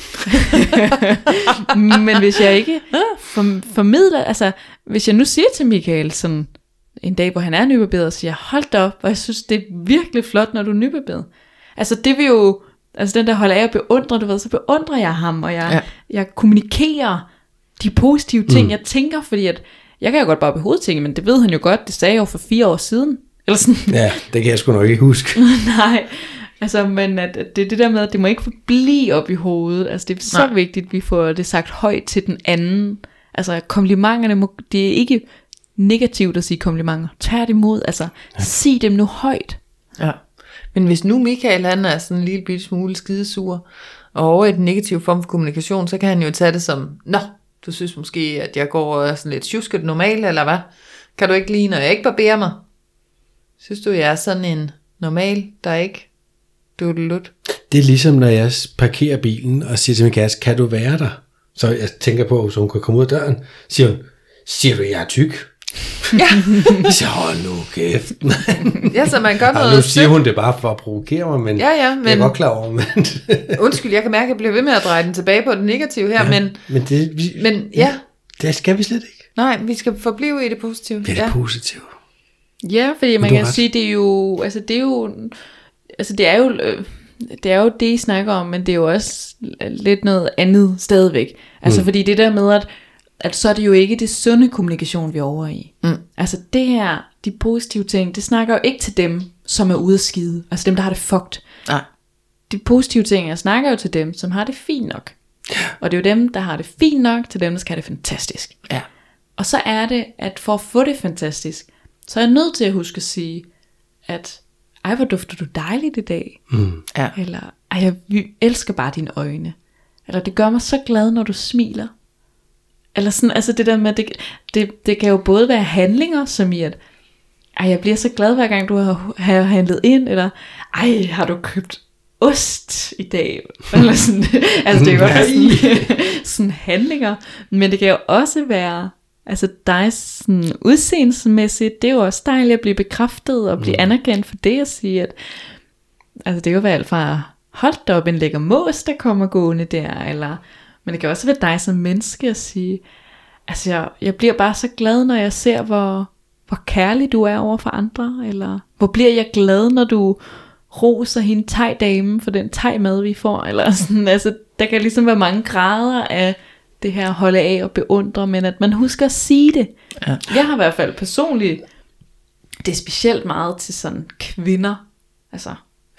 men hvis jeg ikke for, formidler, altså hvis jeg nu siger til Michael sådan en dag, hvor han er nybarberet, og siger, hold da op, og jeg synes, det er virkelig flot, når du er nybarberet. Altså det vil jo, altså den der holder af at beundre, du ved, så beundrer jeg ham, og jeg, ja. jeg kommunikerer de positive ting, mm. jeg tænker, fordi at, jeg kan jo godt bare på hovedet tænke, men det ved han jo godt, det sagde jeg jo for fire år siden. Eller sådan. Ja, det kan jeg sgu nok ikke huske. Nej, altså, men at, at det er det der med, at det må ikke forblive op i hovedet. Altså, det er så Nej. vigtigt, at vi får det sagt højt til den anden. Altså, komplimenterne, må, det er ikke negativt at sige komplimenter. Tværtimod, altså, ja. sig dem nu højt. Ja, men hvis nu Michael, han er sådan en lille bitte smule skidesur, og over et negativ form for kommunikation, så kan han jo tage det som, nå, du synes måske, at jeg går sådan lidt tjusket normalt, eller hvad? Kan du ikke lide, når jeg ikke barberer mig? Synes du, jeg er sådan en normal, der ikke dudelut? Det er ligesom, når jeg parkerer bilen og siger til min kæreste, kan du være der? Så jeg tænker på, så hun kan komme ud af døren. Siger hun, siger du, jeg er tyk? Ja. Så hold nu kæft. Ja, så man gør noget. Og nu siger hun det bare for at provokere mig, men, ja, ja, men jeg er godt klar over. Men undskyld, jeg kan mærke, at jeg bliver ved med at dreje den tilbage på det negative her, ja, men, men, det, vi, men ja. ja. Det skal vi slet ikke. Nej, vi skal forblive i det positive. Det er det ja. positive. Ja, fordi man kan ret. sige, det er jo, altså det er jo, altså det er jo, det er jo det, I snakker om, men det er jo også lidt noget andet stadigvæk. Altså mm. fordi det der med, at, at så er det jo ikke det sunde kommunikation, vi er over i. Mm. Altså det her, de positive ting, det snakker jo ikke til dem, som er ude at skide. Altså dem, der har det fucked. Nej. De positive ting, jeg snakker jo til dem, som har det fint nok. Og det er jo dem, der har det fint nok, til dem, der skal have det fantastisk. Ja. Og så er det, at for at få det fantastisk, så er jeg nødt til at huske at sige, at ej, hvor dufter du dejligt i dag. Mm. Ja. Eller, ej, jeg elsker bare dine øjne. Eller, det gør mig så glad, når du smiler. Eller sådan, altså det der med, det, det, det kan jo både være handlinger, som i at, ej, jeg bliver så glad, hver gang du har, har handlet ind, eller, ej, har du købt ost i dag? Eller sådan, altså det er jo også sådan, sådan handlinger. Men det kan jo også være, altså dig sådan udseendelsesmæssigt, det er jo også dejligt at blive bekræftet og blive mm. anerkendt for det at sige, at altså det kan jo være alt fra, hold da op en lækker mås, der kommer gående der, eller, men det kan også være dig som menneske at sige, altså jeg, jeg bliver bare så glad, når jeg ser, hvor, hvor kærlig du er over for andre, eller hvor bliver jeg glad, når du roser hende thai-dame for den thai-mad, vi får, eller sådan, altså der kan ligesom være mange grader af det her holde af og beundre, men at man husker at sige det. Ja. Jeg har i hvert fald personligt, det er specielt meget til sådan kvinder, altså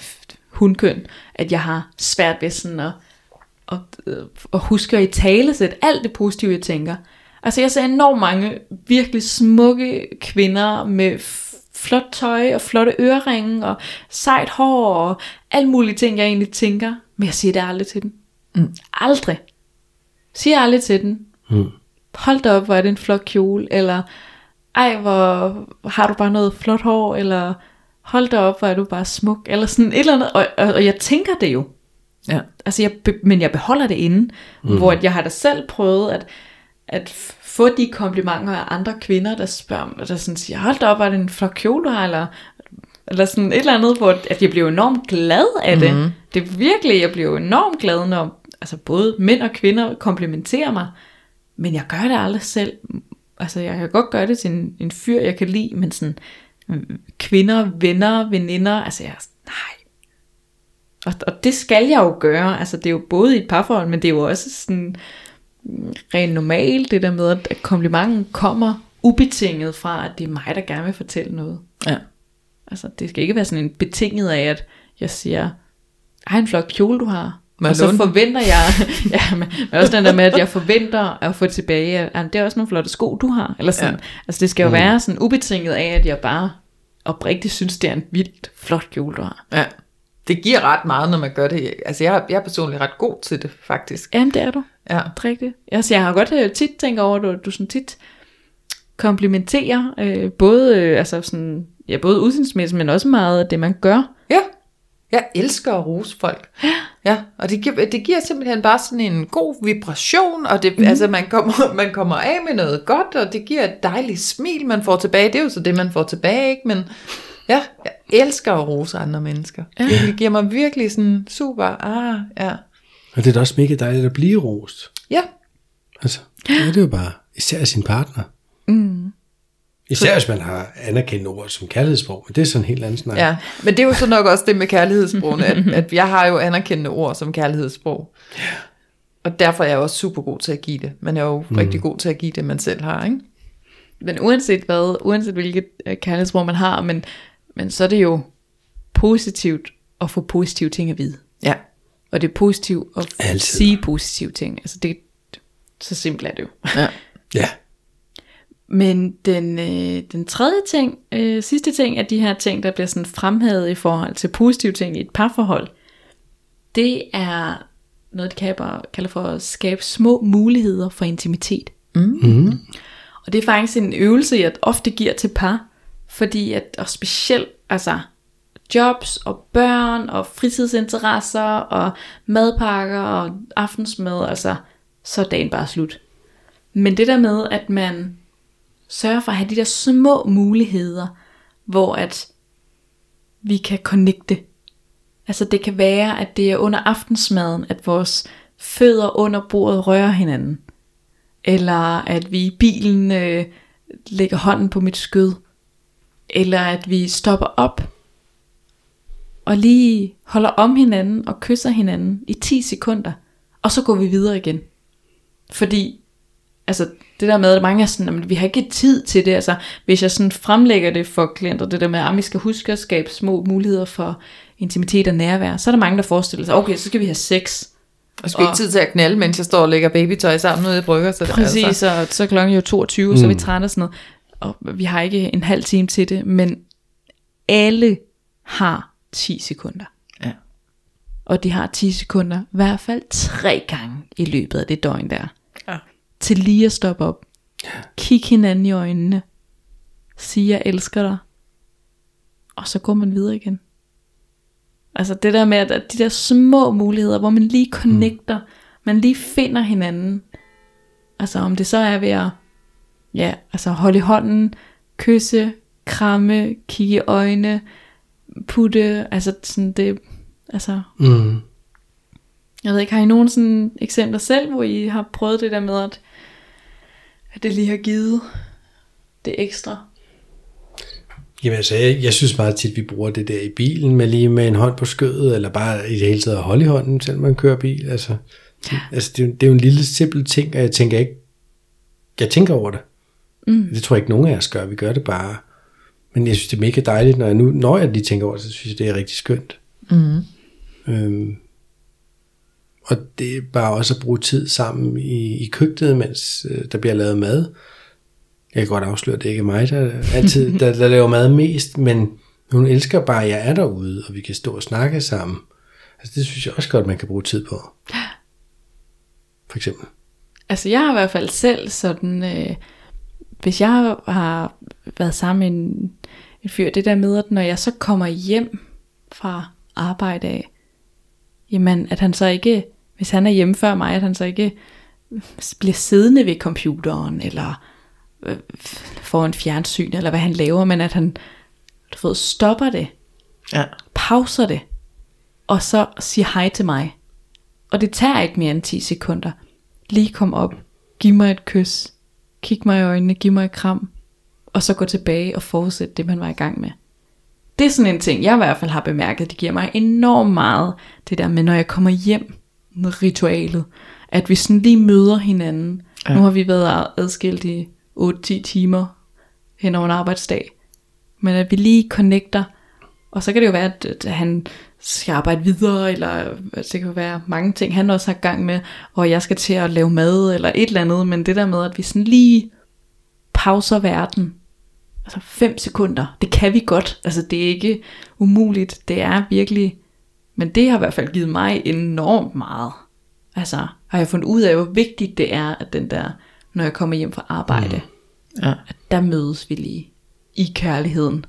hundkøn, at jeg har svært ved sådan at, at, at huske at i tale sætte alt det positive, jeg tænker. Altså jeg ser enormt mange virkelig smukke kvinder med flot tøj og flotte øreringe og sejt hår og alle mulige ting, jeg egentlig tænker, men jeg siger det aldrig til dem. Mm. Aldrig. Siger aldrig til den, mm. hold da op, hvor er det en flot kjole, eller ej, hvor har du bare noget flot hår, eller hold da op, hvor er du bare smuk, eller sådan et eller andet, og, og, og jeg tænker det jo, ja. Altså jeg, men jeg beholder det inde, mm. hvor jeg har da selv prøvet at, at få de komplimenter af andre kvinder, der spørger, der sådan siger, hold da op, hvor er det en flot kjole, du har, eller, eller sådan et eller andet, hvor at jeg bliver enormt glad af det, mm. det er virkelig, jeg bliver enormt glad, når altså både mænd og kvinder komplimenterer mig, men jeg gør det aldrig selv. Altså jeg kan godt gøre det til en, en fyr, jeg kan lide, men sådan kvinder, venner, veninder, altså jeg, nej. Og, og det skal jeg jo gøre, altså det er jo både i et parforhold, men det er jo også sådan rent normalt, det der med, at komplimenten kommer ubetinget fra, at det er mig, der gerne vil fortælle noget. Ja. Altså det skal ikke være sådan en betinget af, at jeg siger, ej, en flot kjole du har. Og så forventer jeg, ja, men også den der med, at jeg forventer at få tilbage, at det er også nogle flotte sko, du har. Eller sådan. Ja. Altså det skal jo mm. være sådan ubetinget af, at jeg bare oprigtigt synes, det er en vildt flot kjole, du har. Ja. det giver ret meget, når man gør det. Altså jeg, jeg er personligt ret god til det, faktisk. Jamen, det er du. Ja. Rigtigt. Altså, jeg har godt øh, tit tænkt over, at du, du sådan tit komplimenterer, øh, både, øh, altså sådan, ja, både udsendsmæssigt, men også meget af det, man gør. Ja, jeg elsker at rose folk. Ja, og det giver, det giver simpelthen bare sådan en god vibration, og det, mm. altså man kommer, man kommer af med noget godt, og det giver et dejligt smil, man får tilbage. Det er jo så det, man får tilbage, ikke? Men ja, jeg elsker at rose andre mennesker. Ja. Det giver mig virkelig sådan super, ah, ja. Og det er da også mega dejligt at blive rost. Ja. Altså, det er det jo bare, især sin partner. Mm. Især hvis man har anerkendt ord som kærlighedssprog, men det er sådan en helt anden snak. Ja, men det er jo så nok også det med kærlighedssprogene, at, at jeg har jo anerkendte ord som kærlighedssprog. Ja. Og derfor er jeg også super god til at give det. Man er jo mm. rigtig god til at give det, man selv har, ikke? Men uanset hvad, uanset hvilket kærlighedssprog man har, men, men så er det jo positivt at få positive ting at vide. Ja. Og det er positivt at Altid. sige positive ting. Altså det, så simpelt er det jo. Ja. Ja. Men den, øh, den tredje ting, øh, sidste ting af de her ting, der bliver sådan fremhævet i forhold til positive ting i et parforhold, det er noget, de kalder, kalder for at skabe små muligheder for intimitet. Mm. Mm. Og det er faktisk en øvelse, jeg ofte giver til par, fordi at, og specielt altså jobs og børn og fritidsinteresser og madpakker og aftensmad, altså så er dagen bare slut. Men det der med, at man sørger for at have de der små muligheder, hvor at vi kan connecte. Altså det kan være, at det er under aftensmaden, at vores fødder under bordet rører hinanden. Eller at vi i bilen øh, lægger hånden på mit skød. Eller at vi stopper op og lige holder om hinanden og kysser hinanden i ti sekunder. Og så går vi videre igen. Fordi altså det der med, at mange er sådan, at vi har ikke tid til det. Altså hvis jeg sådan fremlægger det for klienter, det der med, at vi skal huske at skabe små muligheder for intimitet og nærvær, så er der mange, der forestiller sig, okay, så skal vi have sex. Og skal ikke tid til at knalde, mens jeg står og lægger babytøj sammen ude i brygger. Så præcis, altså. og så er klokken jo toogtyve, mm. så er vi trætte og sådan noget. Og vi har ikke en halv time til det, men alle har ti sekunder. Ja. Og de har ti sekunder, i hvert fald tre gange i løbet af det døgn der. Ja. Til lige at stoppe op. Kig hinanden i øjnene. Sige, jeg elsker dig. Og så går man videre igen. Altså det der med, at de der små muligheder, hvor man lige connecter, mm. man lige finder hinanden. Altså om det så er ved at ja, altså holde i hånden, kysse, kramme, kigge i øjne, putte, altså sådan det, altså... Mm. Jeg ved ikke, har I nogen sådan eksempler selv, hvor I har prøvet det der med, at, at det lige har givet det ekstra? Jamen altså, jeg, jeg synes meget tit, vi bruger det der i bilen, med lige med en hånd på skødet, eller bare i det hele taget at holde i hånden, selvom man kører bil. Altså, det, altså det, det er jo en lille simpel ting, og jeg tænker ikke, jeg tænker over det. Mm. Det tror jeg ikke, nogen af os gør, vi gør det bare. Men jeg synes, det er mega dejligt, når jeg nu, når jeg lige tænker over det, så synes jeg, det er rigtig skønt. Mm. Øhm, og det er bare også at bruge tid sammen i, i køkkenet, mens øh, der bliver lavet mad. Jeg kan godt afsløre, at det ikke er mig, der altid der, der laver mad mest, men hun elsker bare, at jeg er derude, og vi kan stå og snakke sammen. Altså det synes jeg også godt, man kan bruge tid på. For eksempel. Altså jeg har i hvert fald selv sådan, øh, hvis jeg har været sammen med en, en fyr, det der med, at når jeg så kommer hjem fra arbejde af, jamen at han så ikke, hvis han er hjemme før mig, at han så ikke bliver siddende ved computeren, eller øh, får en fjernsyn, eller hvad han laver, men at han du ved, stopper det, ja. pauser det, og så siger hej til mig. Og det tager ikke mere end ti sekunder. Lige kom op, giv mig et kys, kig mig i øjnene, giv mig et kram, og så gå tilbage og fortsætte det, man var i gang med. Det er sådan en ting, jeg i hvert fald har bemærket, det giver mig enormt meget, det der med, når jeg kommer hjem, ritualet, at vi sådan lige møder hinanden. Ja. Nu har vi været adskilt i otte til ti timer hen over en arbejdsdag, men at vi lige connecter, og så kan det jo være, at han skal arbejde videre, eller det kan være mange ting, han også har gang med, og jeg skal til at lave mad, eller et eller andet, men det der med, at vi sådan lige pauser verden, altså fem sekunder, det kan vi godt, altså det er ikke umuligt, det er virkelig Men det har i hvert fald givet mig enormt meget. Altså har jeg fundet ud af, hvor vigtigt det er, at den der, når jeg kommer hjem fra arbejde, mm. ja. At der mødes vi lige i kærligheden.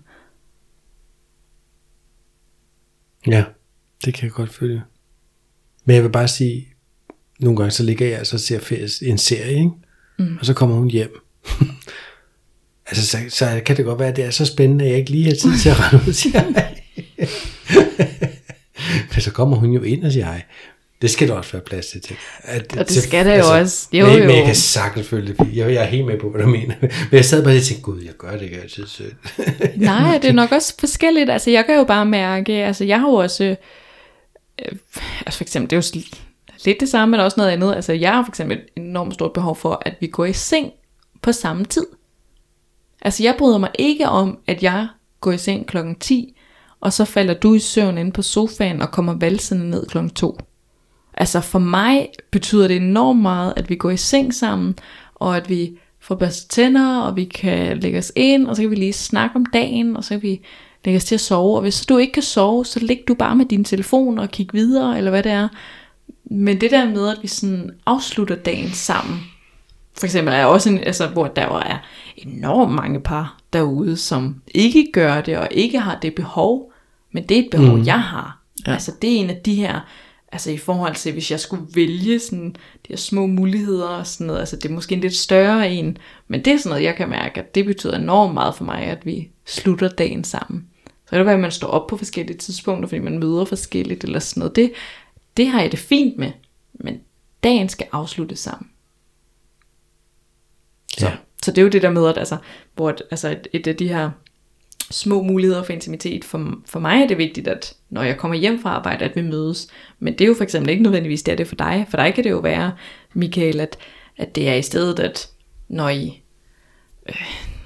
Ja, det kan jeg godt følge. Men jeg vil bare sige, nogle gange så ligger jeg altså og ser en serie, ikke? Mm. Og så kommer hun hjem. altså så, så kan det godt være, at det er så spændende, at jeg ikke lige har tid til at rende ud, siger jeg. Men så kommer hun jo ind og siger, ej, det skal der også være plads til. At, og det skal der jo altså, også. Jo, men, jo. men jeg kan sagtens følge det. Jeg, jeg er helt med på, hvad du mener. Men jeg sad bare og tænkte, gud, jeg gør det ikke altid sødt. Nej, det er nok også forskelligt. Altså jeg kan jo bare mærke, altså jeg har jo også, øh, altså for eksempel, det er jo lidt det samme, men også noget andet. Altså jeg har for eksempel et enormt stort behov for, at vi går i seng på samme tid. Altså jeg bryder mig ikke om, at jeg går i seng klokken ti, og så falder du i søvn inde på sofaen og kommer valsende ned klokken to. Altså for mig betyder det enormt meget, at vi går i seng sammen, og at vi får børstet tænder, og vi kan lægge os ind, og så kan vi lige snakke om dagen, og så kan vi lægge os til at sove. Og hvis du ikke kan sove, så lig du bare med din telefon og kig videre, eller hvad det er. Men det der med, at vi sådan afslutter dagen sammen, for eksempel er også en, altså, hvor der jo er enormt mange par derude, som ikke gør det, og ikke har det behov, men det er et behov, mm. jeg har. Ja. Altså det er en af de her, altså i forhold til, hvis jeg skulle vælge sådan de her små muligheder og sådan noget, altså det er måske en lidt større en, men det er sådan noget, jeg kan mærke, at det betyder enormt meget for mig, at vi slutter dagen sammen. Så kan det være, at man står op på forskellige tidspunkter, fordi man møder forskelligt eller sådan noget. Det, det har jeg det fint med, men dagen skal afsluttes sammen. Så, ja. Så det er jo det der med, at altså, hvor et, altså et, et af de her små muligheder for intimitet, for, for mig er det vigtigt, at når jeg kommer hjem fra arbejde, at vi mødes. Men det er jo for eksempel ikke nødvendigvis, det er det for dig. For dig kan det jo være, Michael, at, at det er i stedet, at når I, øh,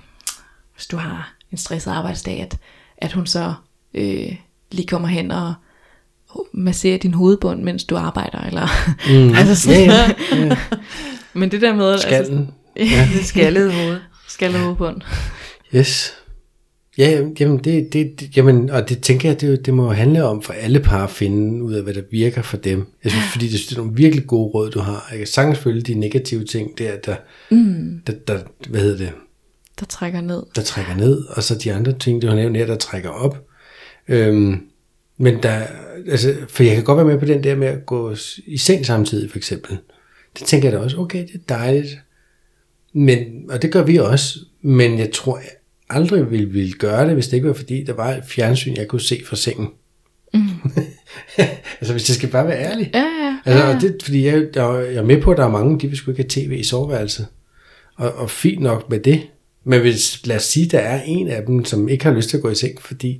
hvis du har en stresset arbejdsdag, at, at hun så øh, lige kommer hen og masserer din hovedbund, mens du arbejder. Eller, mm. altså sådan, ja, ja, ja. Men det der med... Skallen. Altså, ja, det skaldede hoved. Skaldede hovedbund. Yes. Ja, jamen det, det, det, jamen, og det tænker jeg, det, det må handle om for alle par at finde ud af, hvad der virker for dem. Jeg synes, fordi det, det er nogle virkelig gode råd, du har. Jeg kan sagtens følge de negative ting, der, der, mm. der, der, hvad hedder det? Der trækker ned. Der trækker ned, og så de andre ting, du har nævnt her, der trækker op. Øhm, men der, altså, for jeg kan godt være med på den der med at gå i seng samtidig, for eksempel. Det tænker jeg da også, okay, det er dejligt. Men, og det gør vi også, men jeg tror, jeg aldrig ville, ville gøre det, hvis det ikke var fordi, der var et fjernsyn, jeg kunne se fra sengen. Mm. altså, hvis jeg skal bare være ærlig. Ja, ja, altså, ja. Og det, fordi jeg, jeg er med på, at der er mange, de vil sgu ikke have tv i soveværelset. Og, og fint nok med det. Men hvis, lad os sige, der er en af dem, som ikke har lyst til at gå i seng, fordi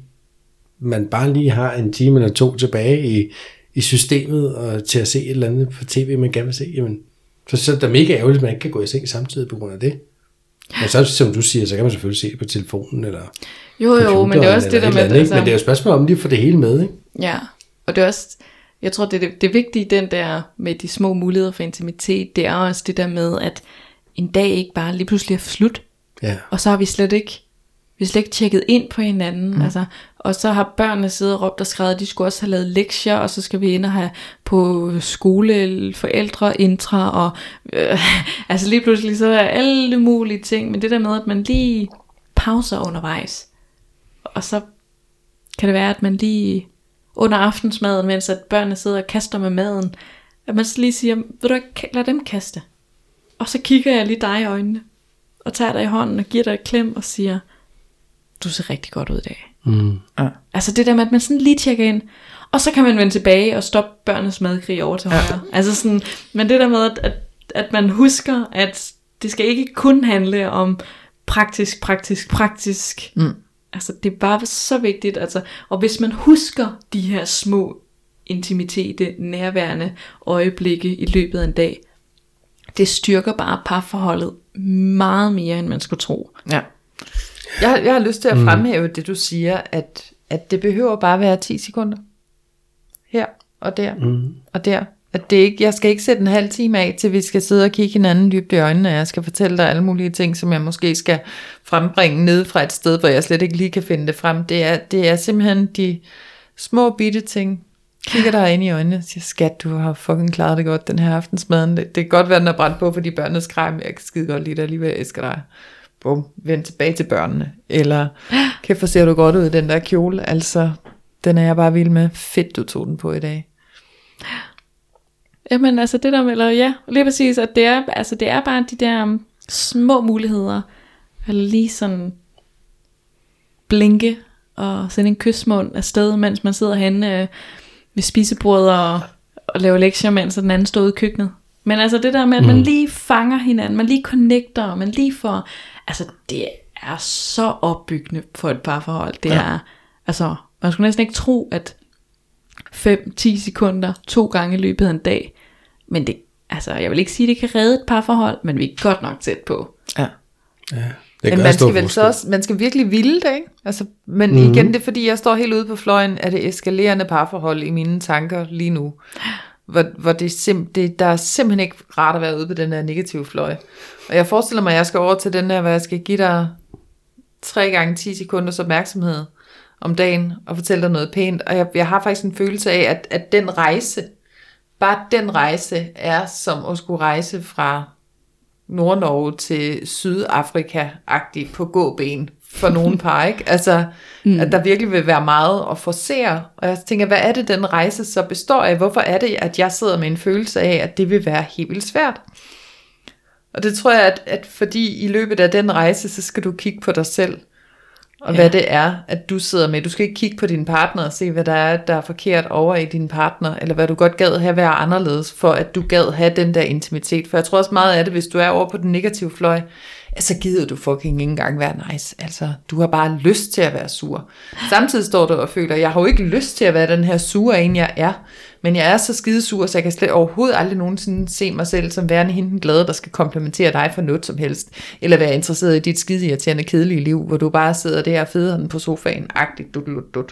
man bare lige har en time eller to tilbage i, i systemet, og til at se et eller andet på tv, man gerne vil se, jamen, så, så er det mega ærgerligt, at man ikke kan gå i seng samtidig på grund af det. Men så, som du siger, så kan man selvfølgelig se det på telefonen, eller jo, jo, men det er også det der med andet, altså, men det er jo et spørgsmål om lige at få det hele med, ikke? Ja, og det er også, jeg tror, det, det, det vigtige den der med de små muligheder for intimitet, det er også det der med, at en dag ikke bare lige pludselig er slut, ja. Og så har vi slet ikke, vi har slet ikke tjekket ind på hinanden, mm. altså, og så har børnene siddet og råbt og skrevet, at de skulle også have lavet lektier, og så skal vi ind og have på skole, forældre, intra, og øh, altså lige pludselig så er alle mulige ting, men det der med, at man lige pauser undervejs, og så kan det være, at man lige under aftensmaden, mens at børnene sidder og kaster med maden, at man så lige siger, vil du ikke lade dem kaste? Og så kigger jeg lige dig i øjnene, og tager dig i hånden og giver dig et klem og siger, du ser rigtig godt ud i dag. Mm. Ja. Altså det der med, at man sådan lige tjekker ind, og så kan man vende tilbage og stoppe børnenes madkrig over til højre. Ja. Altså sådan, men det der med, at, at, at man husker, at det skal ikke kun handle om praktisk, praktisk, praktisk. Mm. Altså det er bare så vigtigt. Altså, og hvis man husker de her små intimitete, nærværende øjeblikke i løbet af en dag, det styrker bare parforholdet meget mere, end man skulle tro. Ja. Jeg, jeg har lyst til at fremhæve mm. det, du siger, at, at det behøver bare være ti sekunder. Her og der mm. og der. At det ikke, jeg skal ikke sætte en halv time af, til vi skal sidde og kigge hinanden dybt i øjnene, og jeg skal fortælle dig alle mulige ting, som jeg måske skal frembringe ned fra et sted, hvor jeg slet ikke lige kan finde det frem. Det er, det er simpelthen de små bitte ting, kigger dig ind i øjnene og siger, skat, du har fucking klaret det godt den her aftensmaden. Det, det kan godt være, den er brændt på, fordi børnene skræm, men jeg kan skide godt lide dig alligevel, jeg elsker dig. Bum, vend tilbage til børnene. Eller, kæft, hvor ser du godt ud i den der kjole, altså, den er jeg bare vild med. Fedt, du tog den på i dag. Jamen altså det der med, eller ja, lige præcis, at det er, altså, det er bare de der um, små muligheder, eller lige sådan blinke og sende en kysmund afsted, mens man sidder henne øh, ved spisebordet og, og laver lektier, mens den anden står ude i køkkenet. Men altså det der med, at man lige fanger hinanden, man lige connecter, man lige får, altså det er så opbyggende for et parforhold. Det ja. er, altså man skulle næsten ikke tro, at fem til ti sekunder, to gange i løbet af en dag, men det, altså jeg vil ikke sige, at det kan redde et parforhold, men vi er godt nok tæt på. Ja. Ja. Men man skal vel så også, man skal virkelig ville det, ikke? Altså, men mm-hmm. igen, det er fordi, jeg står helt ude på fløjen af det eskalerende parforhold i mine tanker lige nu. Hvor, hvor det, sim, det der er simpelthen ikke rart at være ude på den her negative fløj. Og jeg forestiller mig, at jeg skal over til den her, hvor jeg skal give dig tre gange ti sekunders opmærksomhed om dagen, og fortælle dig noget pænt. Og jeg, jeg har faktisk en følelse af, at, at den rejse, bare den rejse, er som at skulle rejse fra Nord-Norge til Sydafrika-agtigt på gåben for nogle par, ikke? Altså, mm. at der virkelig vil være meget at forsere. Og jeg tænker, hvad er det, den rejse så består af? Hvorfor er det, at jeg sidder med en følelse af, at det vil være helt vildt svært? Og det tror jeg, at, at fordi i løbet af den rejse, så skal du kigge på dig selv, og ja. hvad det er, at du sidder med. Du skal ikke kigge på din partner og se, hvad der er, der er forkert over i din partner, eller hvad du godt gad have være anderledes, for at du gad have den der intimitet. For jeg tror også meget af det, hvis du er over på den negative fløj, så gider du fucking ikke engang være nice. Altså, du har bare lyst til at være sur. Samtidig står du og føler, jeg har jo ikke lyst til at være den her sure en, jeg er. Men jeg er så skidesur, så jeg kan slet overhovedet aldrig nogensinde se mig selv som værende hende den glade, der skal komplementere dig for noget som helst. Eller være interesseret i dit skide irriterende kedelige liv, hvor du bare sidder der og feder den på sofaen. Agtigt, dut, dut, dut.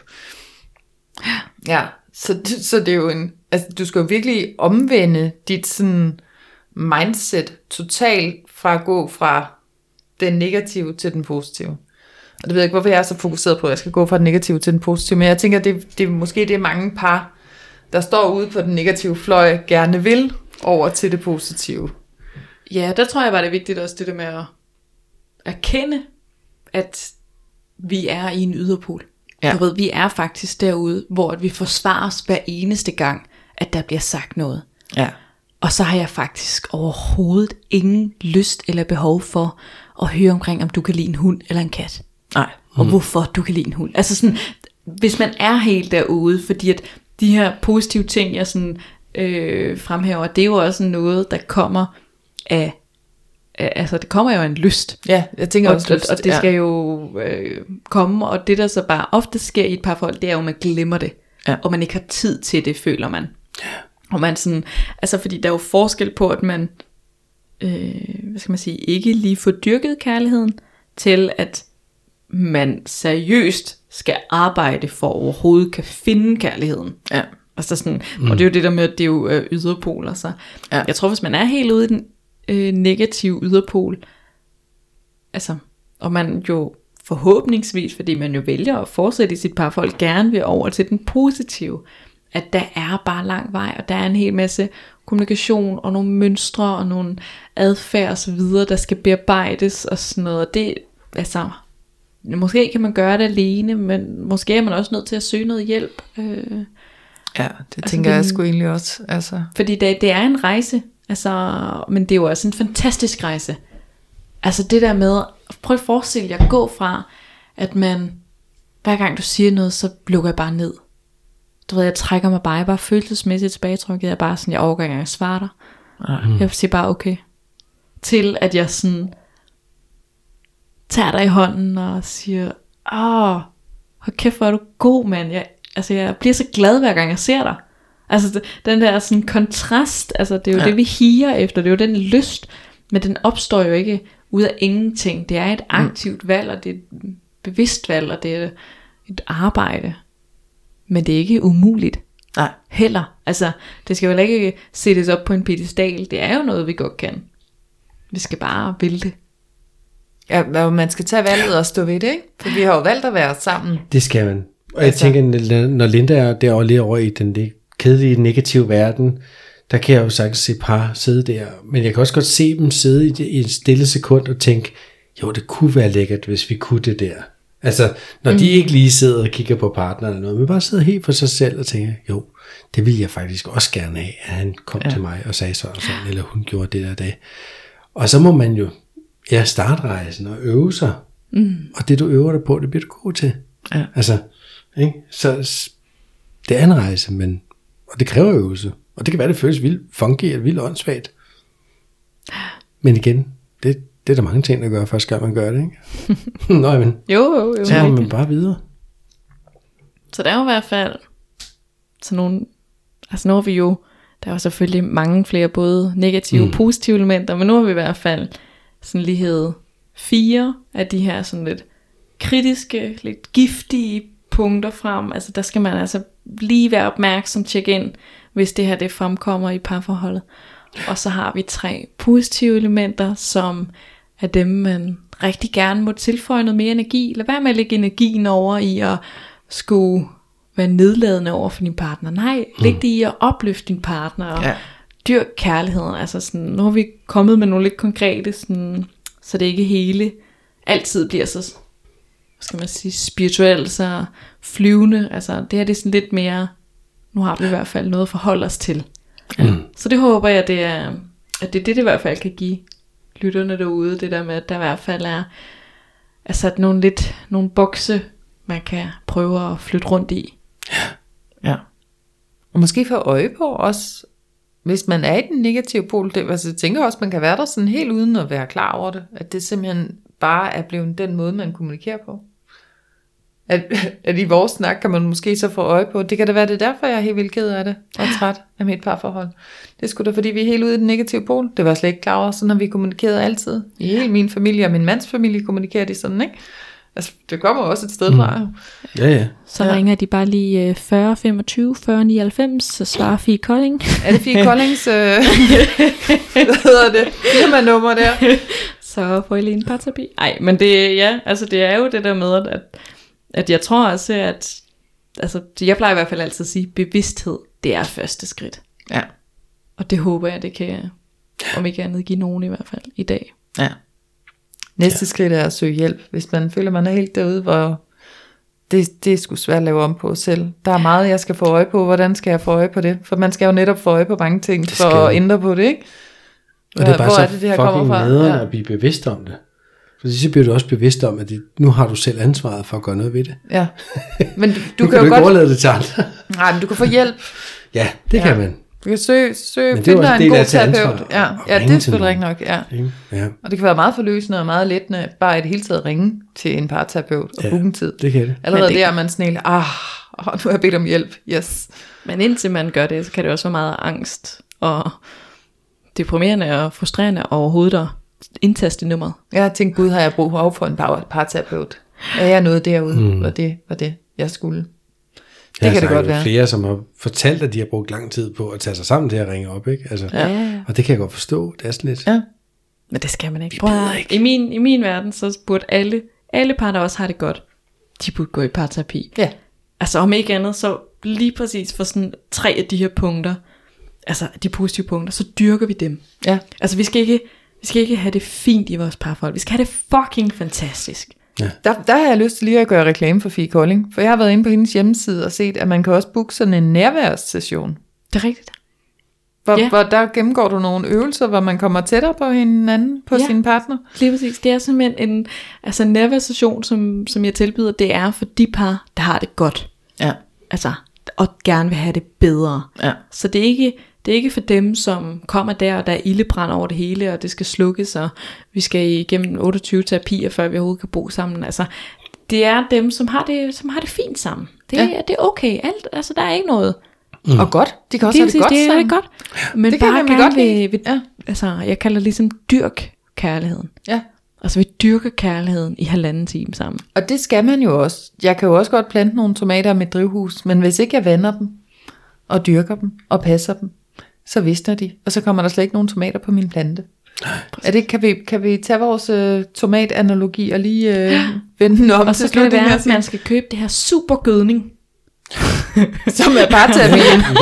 Ja, så, så det er jo en... Altså, du skal jo virkelig omvende dit sådan mindset totalt fra at gå fra den negative til den positive. Og det ved jeg ikke, hvorfor jeg er så fokuseret på, at jeg skal gå fra den negative til den positive, men jeg tænker, det, det måske det er mange par, der står ude på den negative fløj, gerne vil over til det positive. Ja, der tror jeg bare, det er vigtigt også det der med at erkende, at vi er i en yderpol. Ja. Du ved, vi er faktisk derude, hvor vi forsvarer os hver eneste gang, at der bliver sagt noget. Ja. Og så har jeg faktisk overhovedet ingen lyst eller behov for at høre omkring, om du kan lide en hund eller en kat. Nej. Og mm. hvorfor du kan lide en hund. Altså sådan, hvis man er helt derude, fordi at de her positive ting, jeg sådan, øh, fremhæver, det er jo også noget, der kommer af, af, altså det kommer jo af en lyst. Ja, jeg tænker og, også lyst. Og, og det ja. skal jo øh, komme, og det der så bare ofte sker i et parforhold, det er jo, at man glemmer det. Ja. Og man ikke har tid til det, føler man. Ja. Og man sådan, altså fordi der er jo forskel på, at man, øh, hvad skal man sige, ikke lige får dyrket kærligheden, til at man seriøst skal arbejde for overhovedet kan finde kærligheden. Ja. Altså sådan, mm. Og det er jo det der med, at det er jo øh, yderpoler. Så ja. Jeg tror, hvis man er helt ude i den øh, negative yderpol, altså, og man jo forhåbningsvis, fordi man jo vælger at fortsætte i sit parforhold, gerne vil over til den positive, at der er bare lang vej, og der er en hel masse kommunikation, og nogle mønstre, og nogle adfærd og så videre, der skal bearbejdes, og sådan noget, og det, altså, måske kan man gøre det alene, men måske er man også nødt til at søge noget hjælp. Øh, ja, det altså, tænker jeg sgu egentlig også. Altså. Fordi det, det er en rejse, altså, men det er jo også en fantastisk rejse. Altså det der med, prøv at forestille jer at gå fra, at man, hver gang du siger noget, så lukker jeg bare ned. Du ved, jeg trækker mig bare, jeg bare følelsesmæssigt tilbagetrykket, jeg er bare sådan, jeg overgår ikke engang at svare dig. Mm. Jeg siger bare okay. Til at jeg sådan tager dig i hånden og siger, åh, hold kæft, hvor er du god, mand. Jeg, altså, jeg bliver så glad, hver gang jeg ser dig. Altså, den der sådan kontrast, altså, det er jo ja. det, vi higer efter, det er jo den lyst, men den opstår jo ikke ud af ingenting. Det er et aktivt mm. valg, og det er et bevidst valg, og det er et arbejde. Men det er ikke umuligt. Nej. Heller. Altså, det skal vel ikke sættes op på en pedestal. Det er jo noget, vi godt kan. Vi skal bare ville det. Ja, man skal tage valget og stå ved det, ikke? For vi har jo valgt at være sammen. Det skal man. Og jeg altså. tænker, når Linda er derovre lige over i den kedelige, negative verden, der kan jeg jo sagtens se par sidde der, men jeg kan også godt se dem sidde i, i en stille sekund og tænke, jo, det kunne være lækkert, hvis vi kunne det der. Altså, når mm. de ikke lige sidder og kigger på partneren eller noget, men bare sidder helt for sig selv og tænker, jo, det ville jeg faktisk også gerne have, at han kom ja. til mig og sagde sådan og sådan, eller hun gjorde det der dag. Og så må man jo ja, starte rejsen og øve sig. Mm. Og det du øver dig på, det bliver du god til. Ja. Altså, ikke? Så det er en rejse, men, og det kræver øvelse. Og det kan være, det føles vildt funky eller vildt åndssvagt. Men igen, det, det er der mange ting, der gør, første gang man gør det, ikke? Nå, men jo, jo, jo. Så må man bare videre. Så der er jo i hvert fald så nogle, altså nu har vi jo, der er jo selvfølgelig mange flere både negative og mm. positive elementer, men nu har vi i hvert fald sådan lige hed fire af de her sådan lidt kritiske, lidt giftige punkter frem. Altså der skal man altså lige være opmærksom, tjekke ind, hvis det her det fremkommer i parforholdet. Og så har vi tre positive elementer, som er dem, man rigtig gerne må tilføje noget mere energi. Lad være med at lægge energien over i at skulle være nedladende over for din partner. Nej, læg det i at opløfte din partner og ja. dyrk kærligheden. Altså sådan, nu har vi kommet med nogle lidt konkrete, sådan, så det ikke hele altid bliver så, hvad skal man sige, spirituelt, så flyvende. Altså det her det er sådan lidt mere, nu har vi i hvert fald noget at forholde os til. Ja. Mm. Så det håber jeg, det er, at det er det, det i hvert fald kan give lytterne derude, det der med, at der i hvert fald er, er sat nogle lidt, nogle bokse, man kan prøve at flytte rundt i. Ja. Ja. Og måske få øje på også, hvis man er i den negative pol, det, altså jeg tænker også, man kan være der sådan helt uden at være klar over det, at det simpelthen bare er blevet den måde, man kommunikerer på. At, at i vores snak kan man måske så få øje på, det kan da være, det er derfor, jeg er helt vildt ked af det, og træt af mit parforhold. Det skulle da, fordi vi er helt ude i den negative pol. Det var jeg slet ikke klar over, sådan har vi kommunikeret altid. I hele min familie og min mands familie kommunikerer de sådan, ikke? Altså, det kommer også et sted fra. Mm. Ja, ja. Så ja. ringer de bare lige fyrre femogtyve fyrre nioghalvfems, så svarer Fie Kolding. Er det Fie Koldings, øh, hvad hedder det, firmanummer der? Så får I lige en parterapi. Ej, men det, ja, altså det er jo det der med, at, at jeg tror også, at, altså jeg plejer i hvert fald altid at sige, bevidsthed, det er første skridt. Ja. Og det håber jeg, det kan, om ikke andet, give nogen i hvert fald i dag. Ja. Næste ja. skridt er at søge hjælp, hvis man føler, man er helt derude, hvor det, det er sgu svært at lave om på selv. Der er meget, jeg skal få øje på. Hvordan skal jeg få øje på det? For man skal jo netop få øje på mange ting, for at ændre på det, ikke? Og det er bare hvor så er det, det her fucking nederen ja. at blive bevidst om det. Fordi så bliver du også bevidst om, at det, nu har du selv ansvaret for at gøre noget ved det. Ja. Men du, du kan, kan jo godt ikke overlade det til andre. Nej, men du kan få hjælp. Ja, det ja. kan man. Du kan søge, søge finde dig en god terapeut. Ja, ja, det er selvfølgelig rigtigt nok. Ja. Ja. Og det kan være meget forløsende og meget lettende, bare i det hele taget ringe til en parterapeut og ja, booke en tid. Det kan det. Allerede det der er man sådan helt, ah, nu har jeg bedt om hjælp, yes. Men indtil man gør det, så kan det også være meget angst og deprimerende og frustrerende overhovedet at indtaste nummeret. Jeg tænkte, gud, har jeg brug for en parterapeut? Er jeg noget derude, mm. var det var det, jeg skulle? Det kan det godt være. Flere, som har fortalt, at de har brugt lang tid på at tage sig sammen til at ringe op, ikke? Altså, ja. Og det kan jeg godt forstå. Det er sådan lidt. Ja. Men det skal man ikke. Prøv, ikke. I min i min verden så burde alle alle par, der også har det godt, de burde gå i parterapi. Ja. Altså om ikke andet, så lige præcis for sådan tre af de her punkter, altså de positive punkter, så dyrker vi dem. Ja. Altså vi skal ikke vi skal ikke have det fint i vores parforhold. Vi skal have det fucking fantastisk. Ja. Der, der har jeg lyst til lige at gøre reklame for Fie Kolding, for jeg har været inde på hendes hjemmeside og set, at man kan også booke sådan en nærværssession. Det er rigtigt. Hvor, ja. hvor der gennemgår du nogle øvelser, hvor man kommer tættere på hinanden, på ja. sin partner. Lige præcis. Det er simpelthen en, altså en nærværssession, som, som jeg tilbyder, det er for de par, der har det godt. Ja. Altså, og gerne vil have det bedre. Ja. Så det er ikke... Det er ikke for dem, som kommer der, og der er ildebrand over det hele, og det skal slukkes, og vi skal igennem otteogtyve terapier, før vi overhovedet kan bo sammen. Altså, det er dem, som har det, som har det fint sammen. Det, ja. det er okay. Alt, altså, der er ikke noget. Mm. Og godt. De kan også have det godt det sammen. Det er godt. Men det bare kan godt ved, ved, ja. altså, jeg kalder det ligesom dyrk kærligheden. Ja. Altså, vi dyrker kærligheden i halvanden time sammen. Og det skal man jo også. Jeg kan jo også godt plante nogle tomater med drivhus, men hvis ikke jeg vander dem, og dyrker dem, og passer dem, så visner de, og så kommer der slet ikke nogen tomater på min plante. Er det, kan, vi, kan vi tage vores øh, tomatanalogi og lige øh, vende den om og til så kan det være, at man skal købe det her super gødning, Som er parterapi.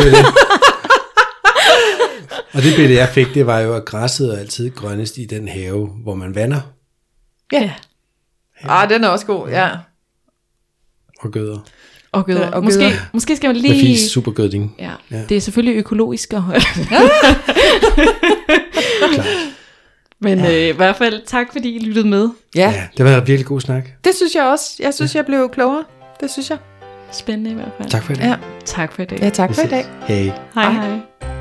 Og det billede, jeg fik, det var jo, at græsset er altid grønnest i den have, hvor man vander Ja. Ah, den er også god, ja. og gøder. Og gøder. Ja, og måske, gøder. måske skal man Med fis, lige... supergødning. Ja, Ja. det er selvfølgelig økologisk. Og Men øh, i hvert fald tak, fordi I lyttede med. Ja, Ja, det var en virkelig god snak. det synes jeg også. Jeg synes, jeg blev klogere. Det synes jeg. Spændende i hvert fald. Tak for i dag. Ja, Tak for i dag. ja tak for i dag. Hej. Hej Hej. hej.